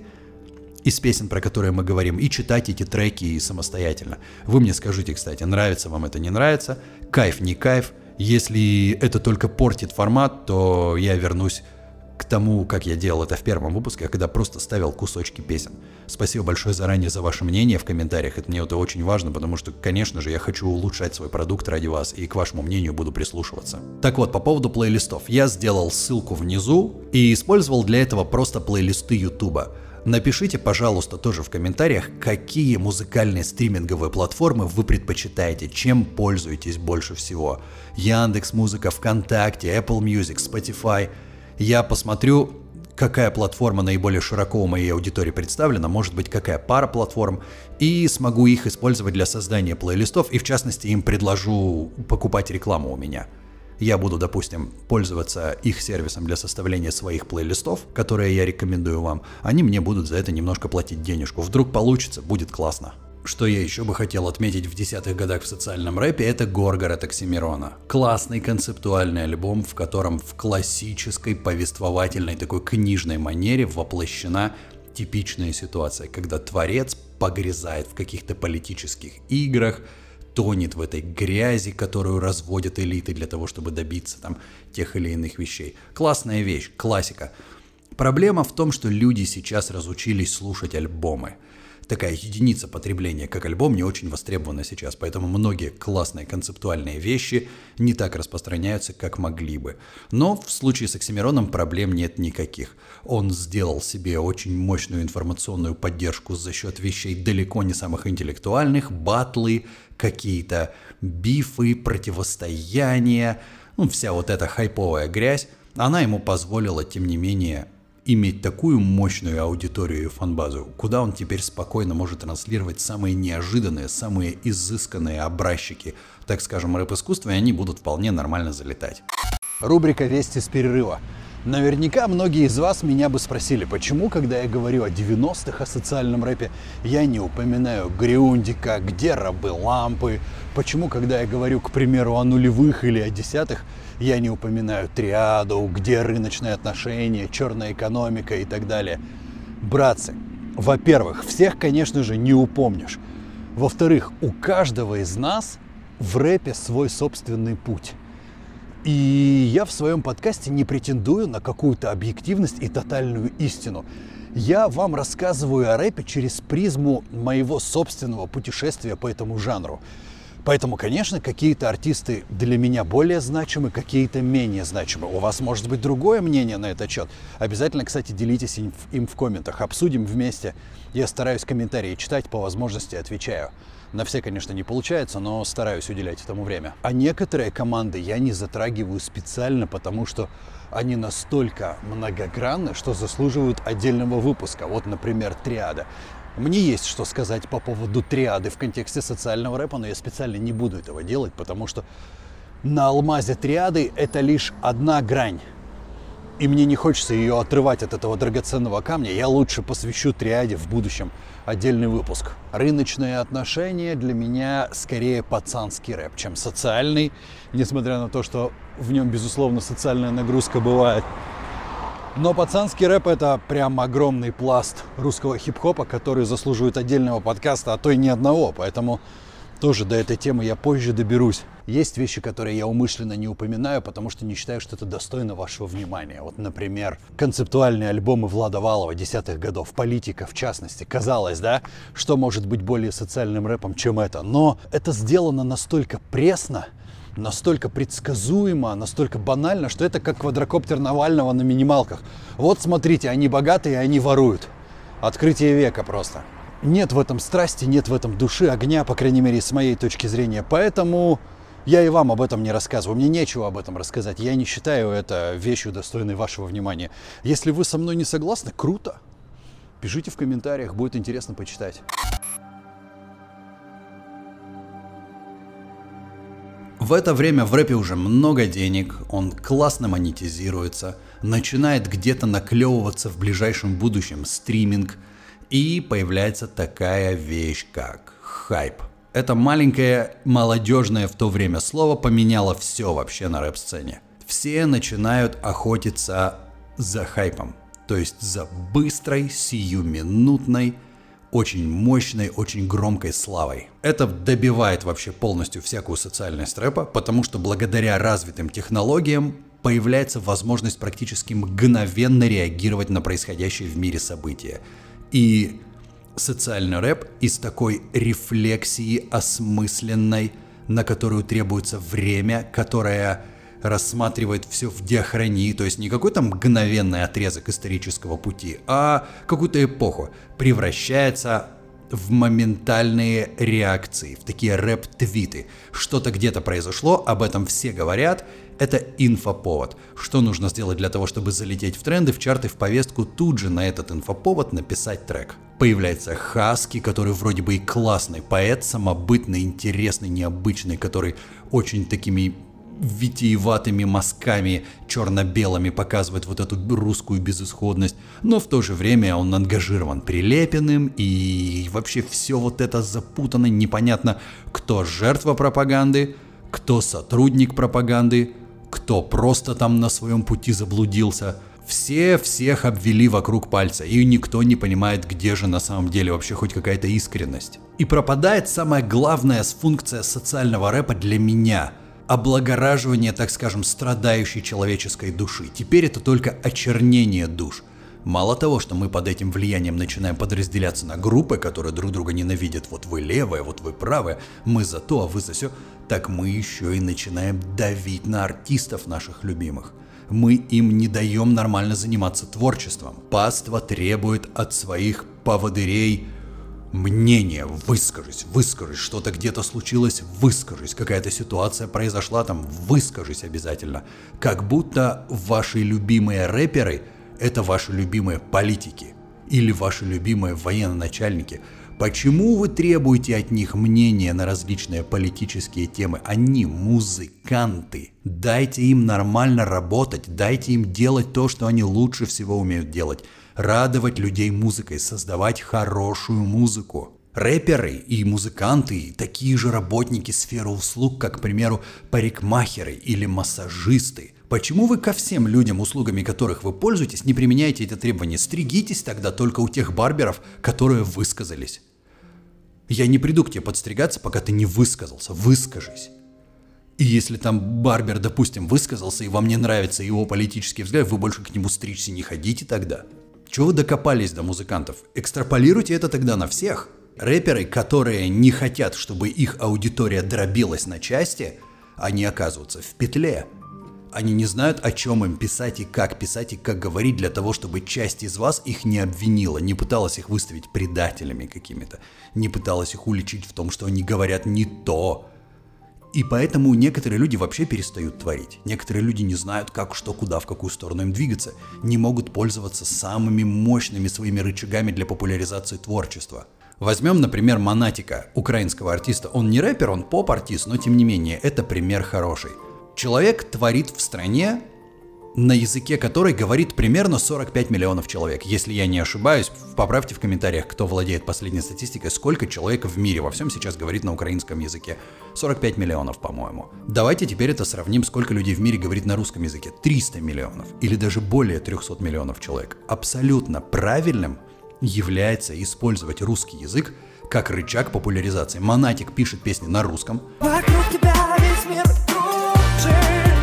из песен, про которые мы говорим, и читать эти треки самостоятельно. Вы мне скажите, кстати, нравится вам это, не нравится, кайф, не кайф. Если это только портит формат, то я вернусь к тому, как я делал это в первом выпуске, когда просто ставил кусочки песен. Спасибо большое заранее за ваше мнение в комментариях, это мне это очень важно, потому что, конечно же, я хочу улучшать свой продукт ради вас, и к вашему мнению буду прислушиваться. Так вот, по поводу плейлистов. Я сделал ссылку внизу и использовал для этого просто плейлисты Ютуба. Напишите, пожалуйста, тоже в комментариях, какие музыкальные стриминговые платформы вы предпочитаете, чем пользуетесь больше всего. Яндекс.Музыка, ВКонтакте, Apple Music, Spotify. Я посмотрю, какая платформа наиболее широко у моей аудитории представлена, может быть, какая пара платформ, и смогу их использовать для создания плейлистов, и в частности им предложу покупать рекламу у меня. Я буду, допустим, пользоваться их сервисом для составления своих плейлистов, которые я рекомендую вам. Они мне будут за это немножко платить денежку. Вдруг получится, будет классно. Что я еще бы хотел отметить в десятых годах в социальном рэпе, это Горгород Оксимирона. Классный концептуальный альбом, в котором в классической повествовательной такой книжной манере воплощена типичная ситуация, когда творец погрязает в каких-то политических играх, тонет в этой грязи, которую разводят элиты для того, чтобы добиться там тех или иных вещей. Классная вещь, классика. Проблема в том, что люди сейчас разучились слушать альбомы. Такая единица потребления, как альбом, не очень востребована сейчас, поэтому многие классные концептуальные вещи не так распространяются, как могли бы. Но в случае с Оксимироном проблем нет никаких. Он сделал себе очень мощную информационную поддержку за счет вещей далеко не самых интеллектуальных, батлы, какие-то бифы, противостояния, ну, вся вот эта хайповая грязь, она ему позволила, тем не менее, иметь такую мощную аудиторию и фан-базу, куда он теперь спокойно может транслировать самые неожиданные, самые изысканные образчики, так скажем, рэп-искусства, и они будут вполне нормально залетать. Рубрика «Вести с перерыва». Наверняка многие из вас меня бы спросили, почему, когда я говорю о девяностых, о социальном рэпе, я не упоминаю Грюндика, где рабы лампы, почему, когда я говорю, к примеру, о нулевых или о десятых, я не упоминаю триаду, где рыночные отношения, черная экономика и так далее. Братцы, во-первых, всех, конечно же, не упомнишь. Во-вторых, у каждого из нас в рэпе свой собственный путь. И я в своем подкасте не претендую на какую-то объективность и тотальную истину. Я вам рассказываю о рэпе через призму моего собственного путешествия по этому жанру. Поэтому, конечно, какие-то артисты для меня более значимы, какие-то менее значимы. У вас может быть другое мнение на этот счет. Обязательно, кстати, делитесь им, им в комментах. Обсудим вместе. Я стараюсь комментарии читать, по возможности отвечаю. На все, конечно, не получается, но стараюсь уделять этому время. А некоторые команды я не затрагиваю специально, потому что они настолько многогранны, что заслуживают отдельного выпуска. Вот, например, триада. Мне есть что сказать по поводу триады в контексте социального рэпа, но я специально не буду этого делать, потому что на алмазе триады это лишь одна грань. И мне не хочется ее отрывать от этого драгоценного камня. Я лучше посвящу триаде в будущем отдельный выпуск. Рыночные отношения для меня скорее пацанский рэп, чем социальный, несмотря на то, что в нем, безусловно, социальная нагрузка бывает. Но пацанский рэп — это прям огромный пласт русского хип-хопа, который заслуживает отдельного подкаста, а то и ни одного, поэтому тоже до этой темы я позже доберусь. Есть вещи, которые я умышленно не упоминаю, потому что не считаю, что это достойно вашего внимания. Вот, например, концептуальные альбомы Влада Валова десятых годов, политика в частности. Казалось, да, что может быть более социальным рэпом, чем это? Но это сделано настолько пресно, настолько предсказуемо, настолько банально, что это как квадрокоптер Навального на минималках. Вот смотрите, они богатые, они воруют. Открытие века просто. Нет в этом страсти, нет в этом души, огня, по крайней мере, с моей точки зрения. Поэтому я и вам об этом не рассказываю. Мне нечего об этом рассказать. Я не считаю это вещью, достойной вашего внимания. Если вы со мной не согласны, круто. Пишите в комментариях, будет интересно почитать. В это время в рэпе уже много денег, он классно монетизируется, начинает где-то наклевываться в ближайшем будущем стриминг, И появляется такая вещь, как хайп. Это маленькое, молодежное в то время слово поменяло все вообще на рэп-сцене. Все начинают охотиться за хайпом, то есть за быстрой, сиюминутной, очень мощной, очень громкой славой. Это добивает вообще полностью всякую социальность рэпа, потому что благодаря развитым технологиям появляется возможность практически мгновенно реагировать на происходящие в мире события. И социальный рэп из такой рефлексии осмысленной, на которую требуется время, которая рассматривает все в диахронии, то есть не какой-то мгновенный отрезок исторического пути, а какую-то эпоху, превращается в моментальные реакции, в такие рэп-твиты. Что-то где-то произошло, об этом все говорят, это инфоповод. Что нужно сделать для того, чтобы залететь в тренды, в чарты, в повестку, тут же на этот инфоповод написать трек. Появляется Хаски, который вроде бы и классный поэт, самобытный, интересный, необычный, который очень такими витиеватыми мазками черно-белыми показывает вот эту русскую безысходность, но в то же время он ангажирован Прилепиным, и вообще все вот это запутано, непонятно, кто жертва пропаганды, кто сотрудник пропаганды, кто просто там на своем пути заблудился. Все всех обвели вокруг пальца, и никто не понимает, где же на самом деле вообще хоть какая-то искренность. И пропадает самая главная функция социального рэпа для меня – облагораживание, так скажем, страдающей человеческой души. Теперь это только очернение душ. Мало того, что мы под этим влиянием начинаем подразделяться на группы, которые друг друга ненавидят, вот вы левые, вот вы правые, мы за то, а вы за сё, так мы еще и начинаем давить на артистов наших любимых. Мы им не даем нормально заниматься творчеством. Паства требует от своих поводырей мнение, выскажись, выскажись, что-то где-то случилось, выскажись, какая-то ситуация произошла там, выскажись обязательно. Как будто ваши любимые рэперы – это ваши любимые политики или ваши любимые военачальники. Почему вы требуете от них мнения на различные политические темы? Они музыканты. Дайте им нормально работать, дайте им делать то, что они лучше всего умеют делать. Радовать людей музыкой, создавать хорошую музыку. Рэперы и музыканты – такие же работники сферы услуг, как, к примеру, парикмахеры или массажисты. Почему вы ко всем людям, услугами которых вы пользуетесь, не применяете это требование? Стригитесь тогда только у тех барберов, которые высказались. Я не приду к тебе подстригаться, пока ты не высказался. Выскажись. И если там барбер, допустим, высказался, и вам не нравится его политический взгляд, вы больше к нему стричься не ходите тогда. Чего вы докопались до музыкантов? Экстраполируйте это тогда на всех. Рэперы, которые не хотят, чтобы их аудитория дробилась на части, они оказываются в петле. Они не знают, о чем им писать и как писать и как говорить для того, чтобы часть из вас их не обвинила, не пыталась их выставить предателями какими-то, не пыталась их уличить в том, что они говорят не то. И поэтому некоторые люди вообще перестают творить. Некоторые люди не знают, как, что, куда, в какую сторону им двигаться, не могут пользоваться самыми мощными своими рычагами для популяризации творчества. Возьмем, например, Монатика, украинского артиста. Он не рэпер, он поп-артист, но тем не менее, это пример хороший. Человек творит в стране, на языке которой говорит примерно сорок пять миллионов человек. Если я не ошибаюсь, поправьте в комментариях, кто владеет последней статистикой, сколько человек в мире во всем сейчас говорит на украинском языке. сорок пять миллионов, по-моему. Давайте теперь это сравним, сколько людей в мире говорит на русском языке. триста миллионов или даже более трехсот миллионов человек. Абсолютно правильным является использовать русский язык как рычаг популяризации. Монатик пишет песни на русском. Вокруг тебя весь мир кружит.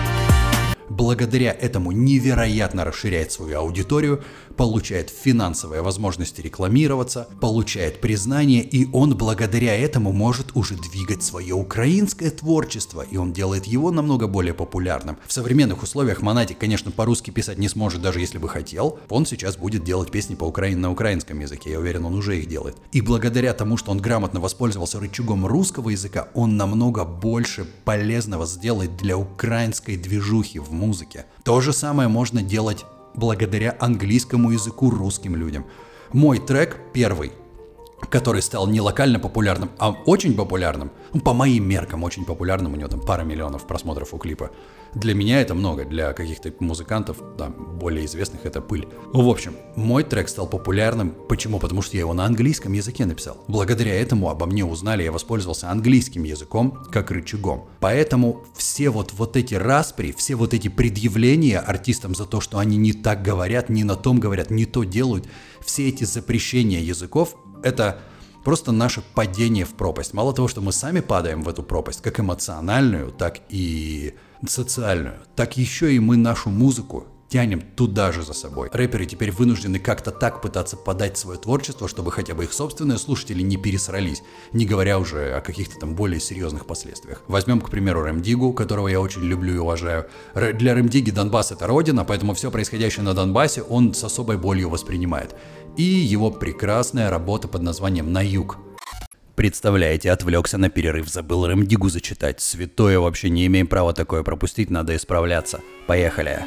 Благодаря этому невероятно расширяет свою аудиторию, получает финансовые возможности рекламироваться, получает признание, и он благодаря этому может уже двигать свое украинское творчество, и он делает его намного более популярным. В современных условиях Монатик, конечно, по-русски писать не сможет, даже если бы хотел. Он сейчас будет делать песни по Украине на украинском языке, я уверен, он уже их делает. И благодаря тому, что он грамотно воспользовался рычагом русского языка, он намного больше полезного сделает для украинской движухи в музыке. То же самое можно делать благодаря английскому языку русским людям. Мой трек первый. который стал не локально популярным, а очень популярным. Ну, по моим меркам очень популярным, у него там пара миллионов просмотров у клипа. Для меня это много, для каких-то музыкантов, там, более известных, это пыль. В общем, мой трек стал популярным. Почему? Потому что я его на английском языке написал. Благодаря этому обо мне узнали, я воспользовался английским языком как рычагом. Поэтому все вот, вот эти распри, все вот эти предъявления артистам за то, что они не так говорят, не на том говорят, не то делают, все эти запрещения языков, это просто наше падение в пропасть. Мало того, что мы сами падаем в эту пропасть, как эмоциональную, так и социальную, так еще и мы нашу музыку тянем туда же за собой. Рэперы теперь вынуждены как-то так пытаться подать свое творчество, чтобы хотя бы их собственные слушатели не пересрались, не говоря уже о каких-то там более серьезных последствиях. Возьмем, к примеру, Рэм Диггу, которого я очень люблю и уважаю. Р- для Рэм Дигги Донбасс — это родина, поэтому все происходящее на Донбассе он с особой болью воспринимает. И его прекрасная работа под названием «На юг». Представляете, отвлекся на перерыв, забыл Рэм Диггу зачитать. Святое, вообще не имеем права такое пропустить, надо исправляться. Поехали.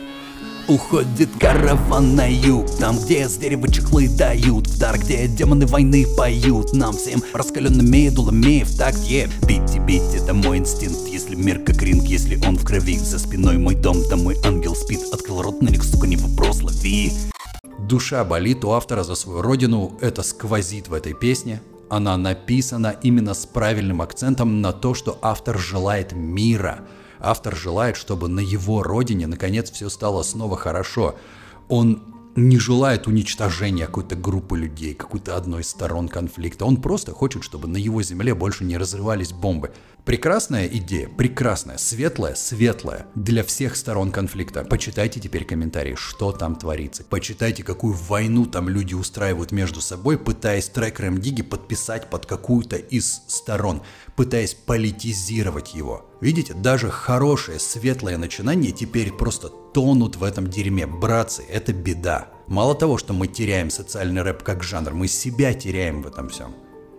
Уходит караван на юг, там, где с дерева чехлы дают, в дар, где демоны войны поют, нам всем раскаленными дулами в такт, е. Бить и бить, это мой инстинкт, если мир как ринг, если он в крови, за спиной мой дом, там мой ангел спит, открыл рот, на них, сука, не вопрос, лови. Душа болит у автора за свою родину, это сквозит в этой песне. Она написана именно с правильным акцентом на то, что автор желает мира. Автор желает, чтобы на его родине наконец все стало снова хорошо. Он не желает уничтожения какой-то группы людей, какой-то одной из сторон конфликта. Он просто хочет, чтобы на его земле больше не разрывались бомбы. Прекрасная идея, прекрасная, светлая, светлая для всех сторон конфликта. Почитайте теперь комментарии, что там творится. Почитайте, какую войну там люди устраивают между собой, пытаясь трек Рэм Дигги подписать под какую-то из сторон, пытаясь политизировать его. Видите, даже хорошие, светлые начинания теперь просто тонут в этом дерьме. Братцы, это беда. Мало того, что мы теряем социальный рэп как жанр, мы себя теряем в этом всем.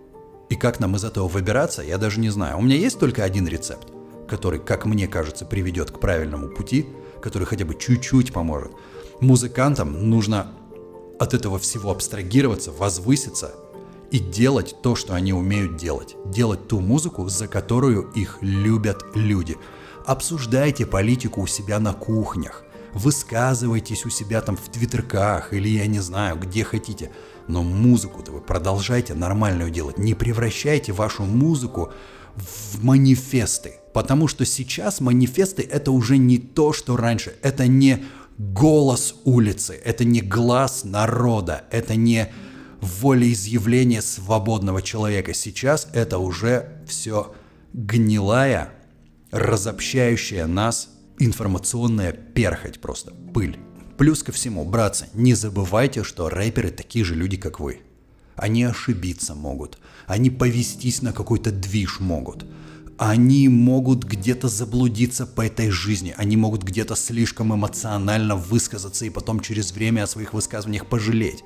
И как нам из этого выбираться, я даже не знаю. У меня есть только один рецепт, который, как мне кажется, приведет к правильному пути, который хотя бы чуть-чуть поможет. Музыкантам нужно от этого всего абстрагироваться, возвыситься и делать то, что они умеют делать. Делать ту музыку, за которую их любят люди. Обсуждайте политику у себя на кухнях. Высказывайтесь у себя там в твиттерках или я не знаю, где хотите. Но музыку-то вы продолжайте нормальную делать. Не превращайте вашу музыку в манифесты. Потому что сейчас манифесты — это уже не то, что раньше. Это не голос улицы, это не глаз народа, это не волеизъявление свободного человека. Сейчас это уже все гнилая, разобщающая нас информационная перхоть просто, пыль. Плюс ко всему, братцы, не забывайте, что рэперы такие же люди, как вы. Они ошибиться могут, они повестись на какой-то движ могут, они могут где-то заблудиться по этой жизни, они могут где-то слишком эмоционально высказаться и потом через время о своих высказываниях пожалеть.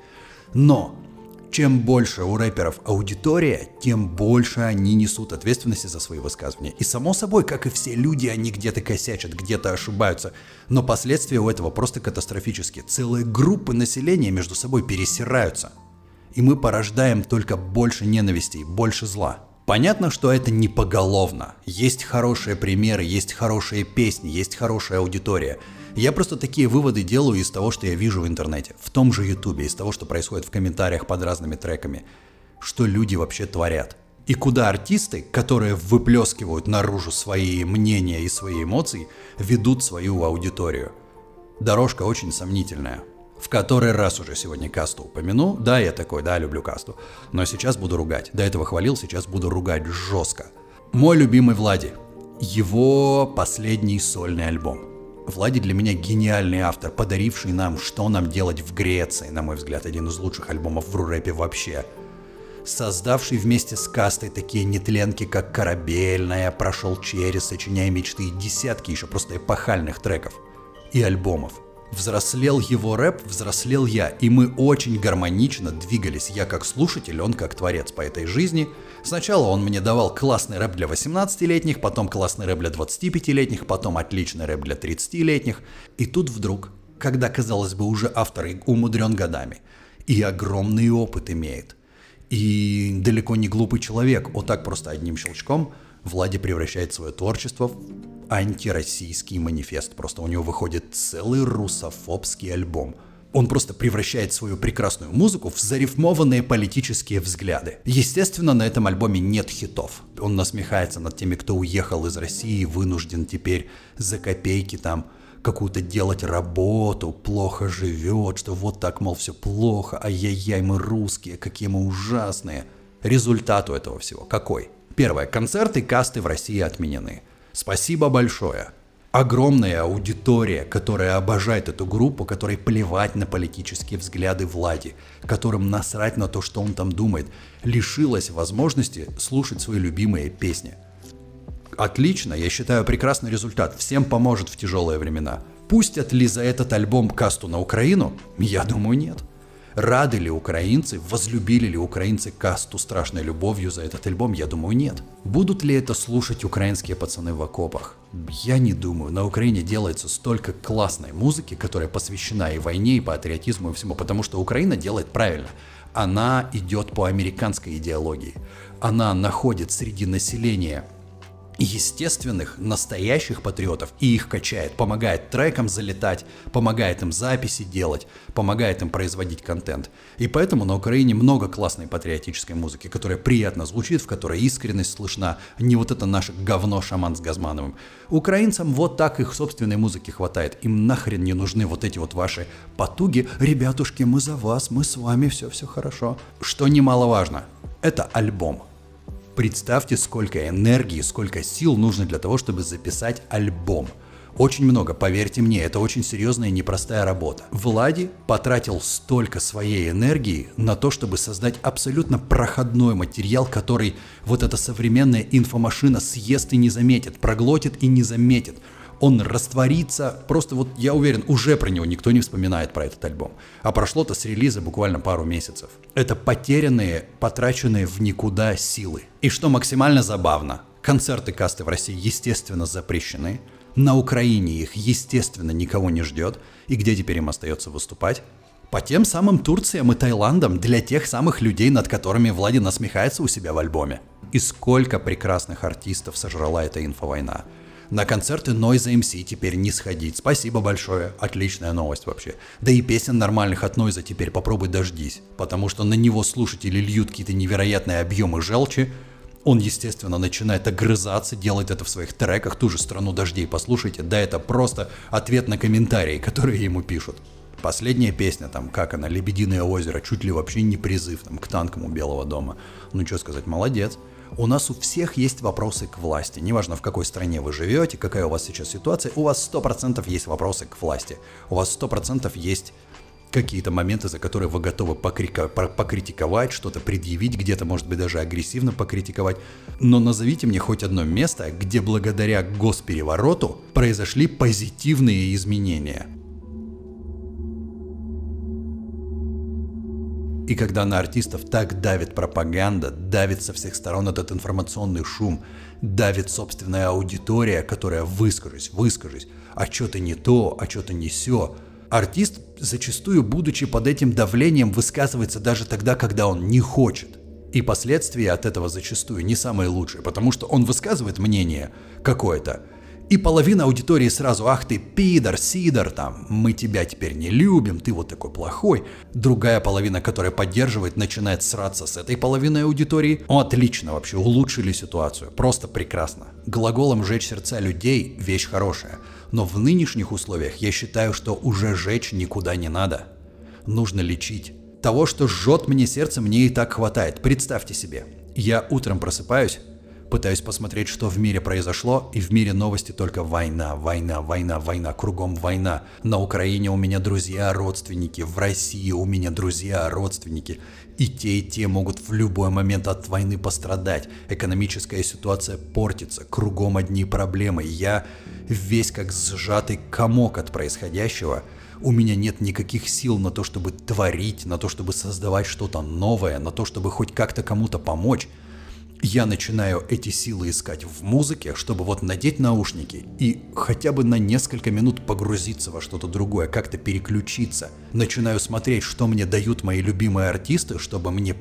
Но чем больше у рэперов аудитория, тем больше они несут ответственности за свои высказывания. И само собой, как и все люди, они где-то косячат, где-то ошибаются. Но последствия у этого просто катастрофические. Целые группы населения между собой пересираются. И мы порождаем только больше ненависти, больше зла. Понятно, что это не поголовно. Есть хорошие примеры, есть хорошие песни, есть хорошая аудитория. Я просто такие выводы делаю из того, что я вижу в интернете, в том же ютубе, из того, что происходит в комментариях под разными треками, что люди вообще творят. И куда артисты, которые выплескивают наружу свои мнения и свои эмоции, ведут свою аудиторию. Дорожка очень сомнительная. В который раз уже сегодня касту упомяну. Да, я такой, да, люблю касту. Но сейчас буду ругать. До этого хвалил, сейчас буду ругать жестко. Мой любимый Влади. Его последний сольный альбом. Влади для меня гениальный автор, подаривший нам «Что нам делать в Греции», на мой взгляд, один из лучших альбомов в ру-рэпе вообще. Создавший вместе с кастой такие нетленки, как «Корабельная», «Прошел через», «Сочиняя мечты» и десятки еще просто эпохальных треков и альбомов. Взрослел его рэп, взрослел я, и мы очень гармонично двигались. Я как слушатель, он как творец по этой жизни. Сначала он мне давал классный рэп для восемнадцатилетних, потом классный рэп для двадцатипятилетних, потом отличный рэп для тридцатилетних. И тут вдруг, когда, казалось бы, уже автор умудрен годами и огромный опыт имеет, И далеко не глупый человек. Вот так просто одним щелчком Влади превращает свое творчество в антироссийский манифест. Просто у него выходит целый русофобский альбом. Он просто превращает свою прекрасную музыку в зарифмованные политические взгляды. Естественно, на этом альбоме нет хитов. Он насмехается над теми, кто уехал из России и вынужден теперь за копейки там какую-то делать работу, плохо живет, что вот так, мол, все плохо, ай-яй-яй, мы русские, какие мы ужасные. Результат у этого всего какой? Первое. Концерты, касты в России отменены. Спасибо большое. Огромная аудитория, которая обожает эту группу, которой плевать на политические взгляды Влади, которым насрать на то, что он там думает, лишилась возможности слушать свои любимые песни. Отлично, я считаю, прекрасный результат. Всем поможет в тяжелые времена. Пустят ли за этот альбом касту на Украину? Я думаю, нет. Рады ли украинцы, возлюбили ли украинцы касту страшной любовью за этот альбом? Я думаю, нет. Будут ли это слушать украинские пацаны в окопах? Я не думаю. На Украине делается столько классной музыки, которая посвящена и войне, и патриотизму, и всему, потому что Украина делает правильно. Она идет по американской идеологии. Она находит среди населения естественных, настоящих патриотов и их качает, помогает трекам залетать, помогает им записи делать, помогает им производить контент. И поэтому на Украине много классной патриотической музыки, которая приятно звучит, в которой искренность слышна, не вот это наше говно шаман с Газмановым. Украинцам вот так их собственной музыки хватает, им нахрен не нужны вот эти вот ваши потуги, ребятушки, мы за вас, мы с вами, все-все хорошо. Что немаловажно, это альбом. Представьте, сколько энергии, сколько сил нужно для того, чтобы записать альбом. Очень много, поверьте мне, это очень серьезная и непростая работа. Влади потратил столько своей энергии на то, чтобы создать абсолютно проходной материал, который вот эта современная инфомашина съест и не заметит, проглотит и не заметит. Он растворится, просто вот я уверен, уже про него никто не вспоминает, про этот альбом. А прошло-то с релиза буквально пару месяцев. Это потерянные, потраченные в никуда силы. И что максимально забавно, концерты касты в России, естественно, запрещены. На Украине их, естественно, никого не ждет. И где теперь им остается выступать? По тем самым Турциям и Таиландам, для тех самых людей, над которыми Влади насмехается у себя в альбоме. И сколько прекрасных артистов сожрала эта инфовойна. На концерты Noise эм си теперь не сходить. Спасибо большое. Отличная новость вообще. Да и песен нормальных от Noise теперь попробуй дождись. Потому что на него слушатели льют какие-то невероятные объемы желчи. Он, естественно, начинает огрызаться, делает это в своих треках. Ту же «Страну дождей» послушайте. Да это просто ответ на комментарии, которые ему пишут. Последняя песня, там, как она, «Лебединое озеро», чуть ли вообще не призыв там, к танкам у Белого дома. Ну, что сказать, молодец. У нас у всех есть вопросы к власти. Неважно, в какой стране вы живете, какая у вас сейчас ситуация, у вас сто процентов есть вопросы к власти. У вас сто процентов есть какие-то моменты, за которые вы готовы покрика- покритиковать, что-то предъявить, где-то, может быть, даже агрессивно покритиковать. Но назовите мне хоть одно место, где благодаря госперевороту произошли позитивные изменения. И когда на артистов так давит пропаганда, давит со всех сторон этот информационный шум, давит собственная аудитория, которая выскажись, выскажись, а что-то не то, а что-то не сё. Артист, зачастую будучи под этим давлением, высказывается даже тогда, когда он не хочет. И последствия от этого зачастую не самые лучшие, потому что он высказывает мнение какое-то, и половина аудитории сразу: ах ты пидор, сидор, там, мы тебя теперь не любим, ты вот такой плохой. Другая половина, которая поддерживает, начинает сраться с этой половиной аудитории. О, отлично вообще, улучшили ситуацию, просто прекрасно. Глаголом «жечь сердца людей» — вещь хорошая. Но в нынешних условиях я считаю, что уже жечь никуда не надо. Нужно лечить. Того, что жжет мне сердце, мне и так хватает. Представьте себе, я утром просыпаюсь, пытаюсь посмотреть, что в мире произошло, и в мире новости только война, война, война, война, кругом война. На Украине у меня друзья, родственники, в России у меня друзья, родственники. И те, и те могут в любой момент от войны пострадать. Экономическая ситуация портится, кругом одни проблемы. Я весь как сжатый комок от происходящего. У меня нет никаких сил на то, чтобы творить, на то, чтобы создавать что-то новое, на то, чтобы хоть как-то кому-то помочь. Я начинаю эти силы искать в музыке, чтобы вот надеть наушники и хотя бы на несколько минут погрузиться во что-то другое, как-то переключиться. Начинаю смотреть, что мне дают мои любимые артисты, чтобы мне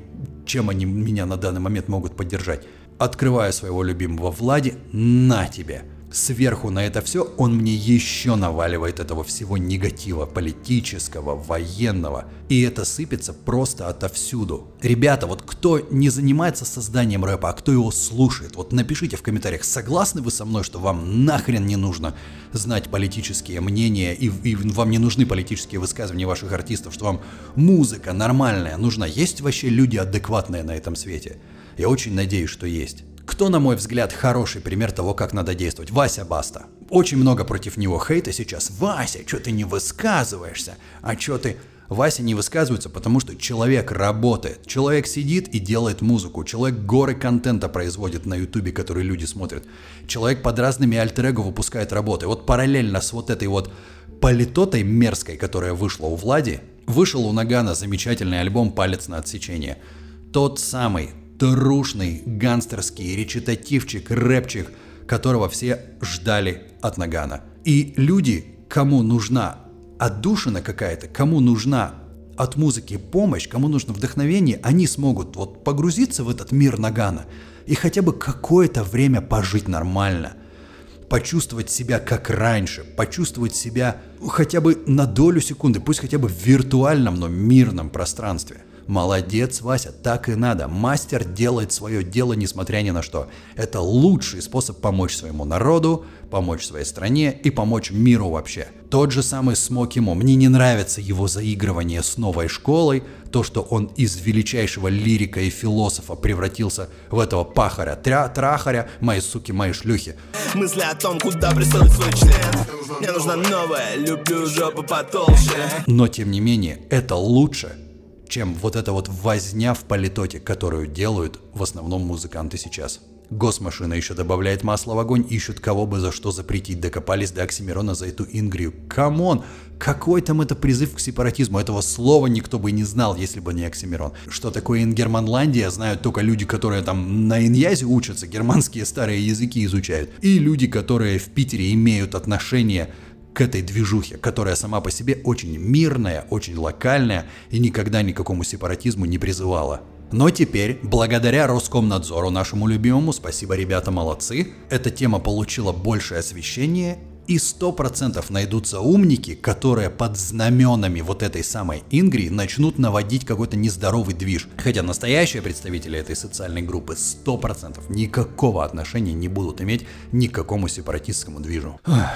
чем они меня на данный момент могут поддержать. Открываю своего любимого Влади, на тебе. Сверху на это все он мне еще наваливает этого всего негатива, политического, военного. И это сыпется просто отовсюду. Ребята, вот кто не занимается созданием рэпа, а кто его слушает, вот напишите в комментариях, согласны вы со мной, что вам нахрен не нужно знать политические мнения, и, и вам не нужны политические высказывания ваших артистов, что вам музыка нормальная нужна. Есть вообще люди адекватные на этом свете? Я очень надеюсь, что есть. Кто, на мой взгляд, хороший пример того, как надо действовать? Вася Баста. Очень много против него хейта сейчас. Вася, что ты не высказываешься? А что ты... Вася не высказывается, потому что человек работает. Человек сидит и делает музыку. Человек горы контента производит на ютубе, который люди смотрят. Человек под разными альтер-эго выпускает работы. Вот параллельно с вот этой вот политотой мерзкой, которая вышла у Влади, вышел у Нагана замечательный альбом «Палец на отсечение». Тот самый трушный, гангстерский речитативчик, рэпчик, которого все ждали от Нагана. И люди, кому нужна отдушина какая-то, кому нужна от музыки помощь, кому нужно вдохновение, они смогут вот погрузиться в этот мир Нагана и хотя бы какое-то время пожить нормально, почувствовать себя как раньше, почувствовать себя хотя бы на долю секунды, пусть хотя бы в виртуальном, но мирном пространстве. Молодец, Вася, так и надо. Мастер делает свое дело, несмотря ни на что. Это лучший способ помочь своему народу, помочь своей стране и помочь миру вообще. Тот же самый Смоки Мо. Мне не нравится его заигрывание с новой школой, то, что он из величайшего лирика и философа превратился в этого пахаря, тря-трахаря, мои суки, мои шлюхи. Мысли о том, куда пристроить свой член. Мне нужна новая, люблю жопу потолще. Но тем не менее, это лучше, чем вот эта вот возня в политоте, которую делают в основном музыканты сейчас. Госмашина еще добавляет масла в огонь, ищут кого бы за что запретить, докопались до Оксимирона за эту Ингрию. Камон! Какой там это призыв к сепаратизму? Этого слова никто бы не знал, если бы не Оксимирон. Что такое Ингерманландия, знают только люди, которые там на иньязе учатся, германские старые языки изучают. И люди, которые в Питере имеют отношение к этой движухе, которая сама по себе очень мирная, очень локальная и никогда ни к какому сепаратизму не призывала. Но теперь, благодаря Роскомнадзору, нашему любимому, спасибо, ребята, молодцы, эта тема получила большее освещение, и сто процентов найдутся умники, которые под знаменами вот этой самой Ингрии начнут наводить какой-то нездоровый движ. Хотя настоящие представители этой социальной группы сто процентов никакого отношения не будут иметь ни к какому сепаратистскому движу.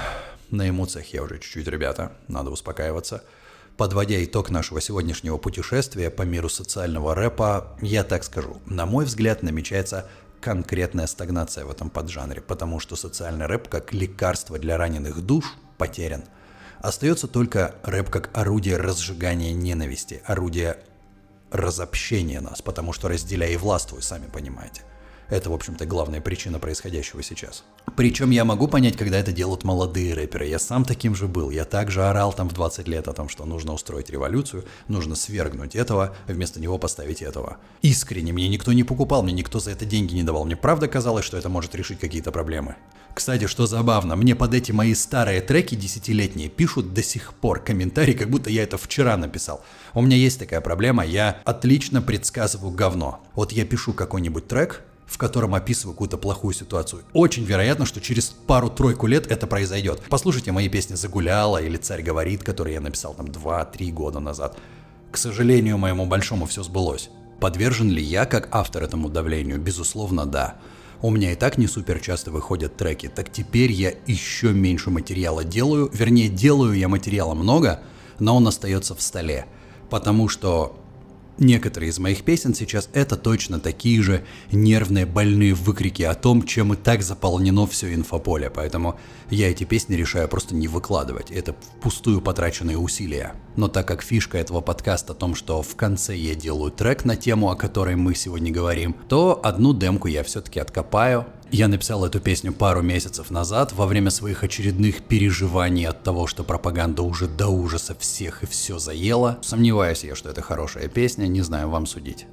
На эмоциях я уже чуть-чуть, ребята, надо успокаиваться. Подводя итог нашего сегодняшнего путешествия по миру социального рэпа, я так скажу, на мой взгляд, намечается конкретная стагнация в этом поджанре, потому что социальный рэп как лекарство для раненых душ потерян. Остается только рэп как орудие разжигания ненависти, орудие разобщения нас, потому что разделяй и властвуй, сами понимаете. Это, в общем-то, главная причина происходящего сейчас. Причем я могу понять, когда это делают молодые рэперы. Я сам таким же был. Я также орал там в двадцать лет о том, что нужно устроить революцию, нужно свергнуть этого, вместо него поставить этого. Искренне мне никто не покупал, мне никто за это деньги не давал. Мне правда казалось, что это может решить какие-то проблемы. Кстати, что забавно, мне под эти мои старые треки десятилетние пишут до сих пор комментарии, как будто я это вчера написал. У меня есть такая проблема, я отлично предсказываю говно. Вот я пишу какой-нибудь трек, в котором описываю какую-то плохую ситуацию. Очень вероятно, что через пару-тройку лет это произойдет. Послушайте мои песни «Загуляла» или «Царь говорит», которые я написал там два-три года назад. К сожалению, моему большому все сбылось. Подвержен ли я как автор этому давлению? Безусловно, да. У меня и так не супер часто выходят треки, так теперь я еще меньше материала делаю. Вернее, делаю я материала много, но он остается в столе. Потому что некоторые из моих песен сейчас это точно такие же нервные, больные выкрики о том, чем и так заполнено все инфополе, поэтому я эти песни решаю просто не выкладывать, это впустую потраченные усилия. Но так как фишка этого подкаста о том, что в конце я делаю трек на тему, о которой мы сегодня говорим, то одну демку я все-таки откопаю. Я написал эту песню пару месяцев назад, во время своих очередных переживаний от того, что пропаганда уже до ужаса всех и все заела. Сомневаюсь я, что это хорошая песня, не знаю, вам судить.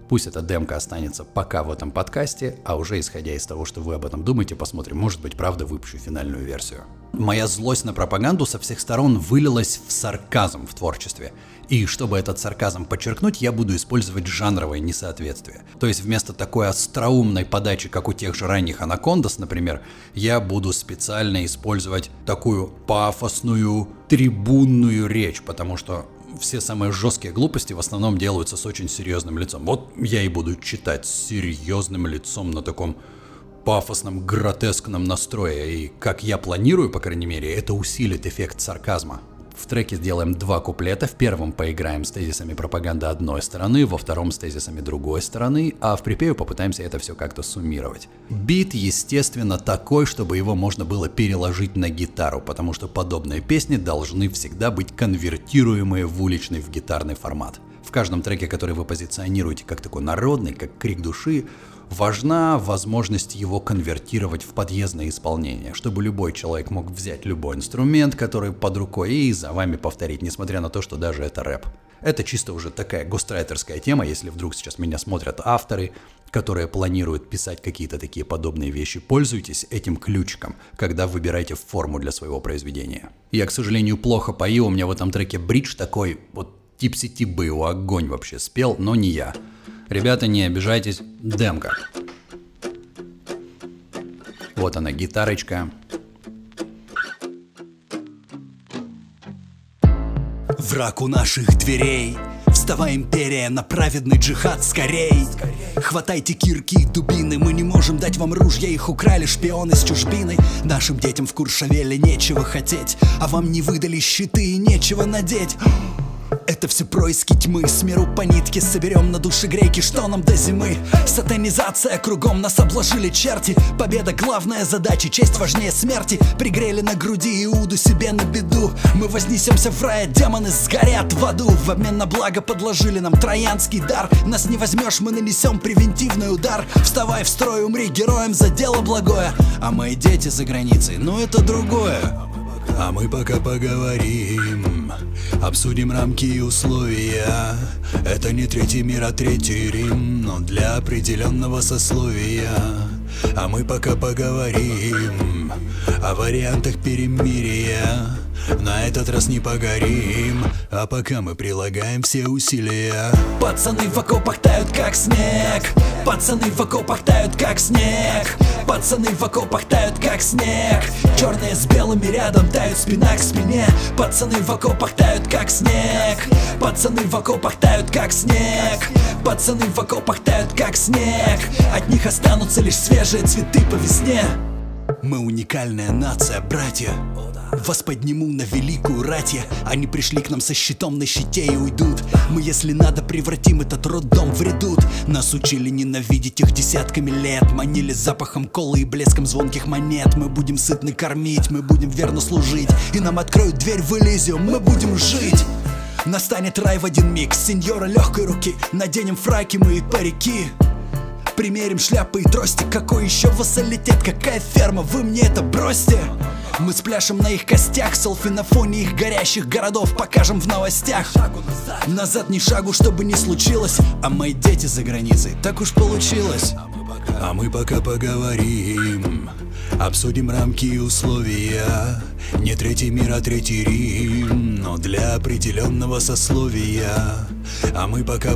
Пусть эта демка останется пока в этом подкасте, а уже исходя из того, что вы об этом думаете, посмотрим, может быть, правда выпущу финальную версию. Моя злость на пропаганду со всех сторон вылилась в сарказм в творчестве. И чтобы этот сарказм подчеркнуть, я буду использовать жанровое несоответствие. То есть вместо такой остроумной подачи, как у тех же ранних Анакондас, например, я буду специально использовать такую пафосную, трибунную речь, потому что все самые жесткие глупости в основном делаются с очень серьезным лицом. Вот я и буду читать с серьезным лицом на таком пафосном, гротескном настрое. И как я планирую, по крайней мере, это усилит эффект сарказма. В треке сделаем два куплета. В первом поиграем с тезисами пропаганды одной стороны, во втором с тезисами другой стороны, а в припеве попытаемся это все как-то суммировать. Бит, естественно, такой, чтобы его можно было переложить на гитару, потому что подобные песни должны всегда быть конвертируемые в уличный, в гитарный формат. В каждом треке, который вы позиционируете как такой народный, как крик души, важна возможность его конвертировать в подъездное исполнение, чтобы любой человек мог взять любой инструмент, который под рукой, и за вами повторить, несмотря на то, что даже это рэп. Это чисто уже такая гострайтерская тема, если вдруг сейчас меня смотрят авторы, которые планируют писать какие-то такие подобные вещи. Пользуйтесь этим ключиком, когда выбираете форму для своего произведения. Я, к сожалению, плохо пою, у меня в этом треке бридж такой, вот Типси-Тип бы его огонь вообще спел, но не я. Ребята, не обижайтесь, демка. Вот она, гитарочка. Враг у наших дверей. Вставай, империя, на праведный джихад скорей. Хватайте кирки и дубины, мы не можем дать вам ружья, их украли шпионы с чужбиной. Нашим детям в Куршавеле нечего хотеть, а вам не выдали щиты и нечего надеть. Это все происки тьмы, с миру по нитке соберем на душегрейки, что нам до зимы. Сатанизация кругом, нас обложили черти. Победа главная задача, честь важнее смерти. Пригрели на груди Иуду себе на беду. Мы вознесемся в рай, демоны сгорят в аду. В обмен на благо подложили нам троянский дар. Нас не возьмешь, мы нанесем превентивный удар. Вставай в строй, умри героем за дело благое. А мои дети за границей, ну это другое. А мы пока поговорим, обсудим рамки и условия. Это не третий мир, а третий Рим, но для определенного сословия. А мы пока поговорим о вариантах перемирия. На этот раз не погорим, а пока мы прилагаем все усилия. Пацаны в окопах тают как снег. Пацаны в окопах тают как снег. Пацаны в окопах тают как снег. Черные с белыми рядом тают спина к спине. Пацаны в окопах тают как снег. Пацаны в окопах тают как снег. Пацаны в окопах тают как снег. От них останутся лишь свежие цветы по весне. Мы уникальная нация, братья. Вас подниму на великую ратья. Они пришли к нам со щитом на щите и уйдут. Мы, если надо, превратим этот роддом в редут. Нас учили ненавидеть их десятками лет. Манили запахом колы и блеском звонких монет. Мы будем сытно кормить, мы будем верно служить. И нам откроют дверь в Элизиум, мы будем жить. Настанет рай в один миг, сеньора легкой руки. Наденем фраки мы и парики. Примерим шляпы и трости. Какой еще вассалитет, какая ферма, вы мне это бросьте. Мы спляшем на их костях, селфи на фоне их горящих городов покажем в новостях. Назад ни шагу, чтобы не случилось. А мои дети за границей, так уж получилось. А мы пока поговорим, обсудим рамки и условия. Не третий мир, а третий Рим, но для определенного сословия. А мы пока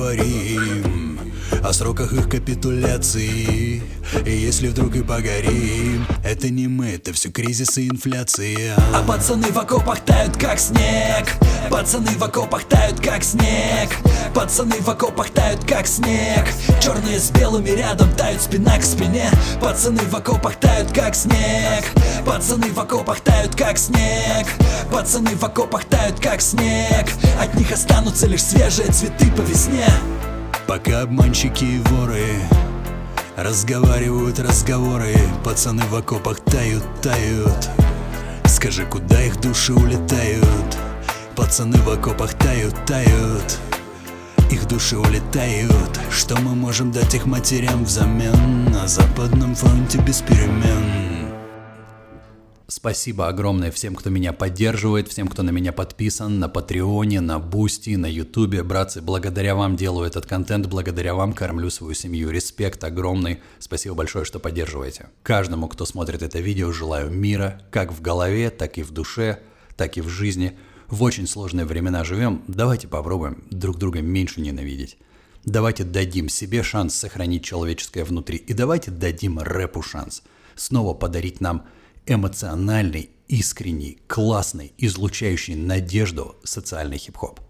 поговорим о сроках их капитуляции. И если вдруг и погорим, это не мы, это все кризис и инфляция. А пацаны в окопах тают как снег. Пацаны в окопах тают как снег. Пацаны в окопах тают как снег. Черные с белыми рядом тают спина к спине. Пацаны в окопах тают как снег. Пацаны в окопах тают как снег. Пацаны в окопах тают как снег. От них останутся лишь свежие цветы по весне. Пока обманщики и воры разговаривают разговоры, пацаны в окопах тают, тают. Скажи, куда их души улетают? Пацаны в окопах тают, тают. Их души улетают. Что мы можем дать их матерям взамен? На западном фронте без перемен. Спасибо огромное всем, кто меня поддерживает, всем, кто на меня подписан, на Патреоне, на Бусти, на Ютубе. Братцы, благодаря вам делаю этот контент, благодаря вам кормлю свою семью. Респект огромный. Спасибо большое, что поддерживаете. Каждому, кто смотрит это видео, желаю мира, как в голове, так и в душе, так и в жизни. В очень сложные времена живем. Давайте попробуем друг друга меньше ненавидеть. Давайте дадим себе шанс сохранить человеческое внутри. И давайте дадим рэпу шанс снова подарить нам эмоциональный, искренний, классный, излучающий надежду социальный хип-хоп.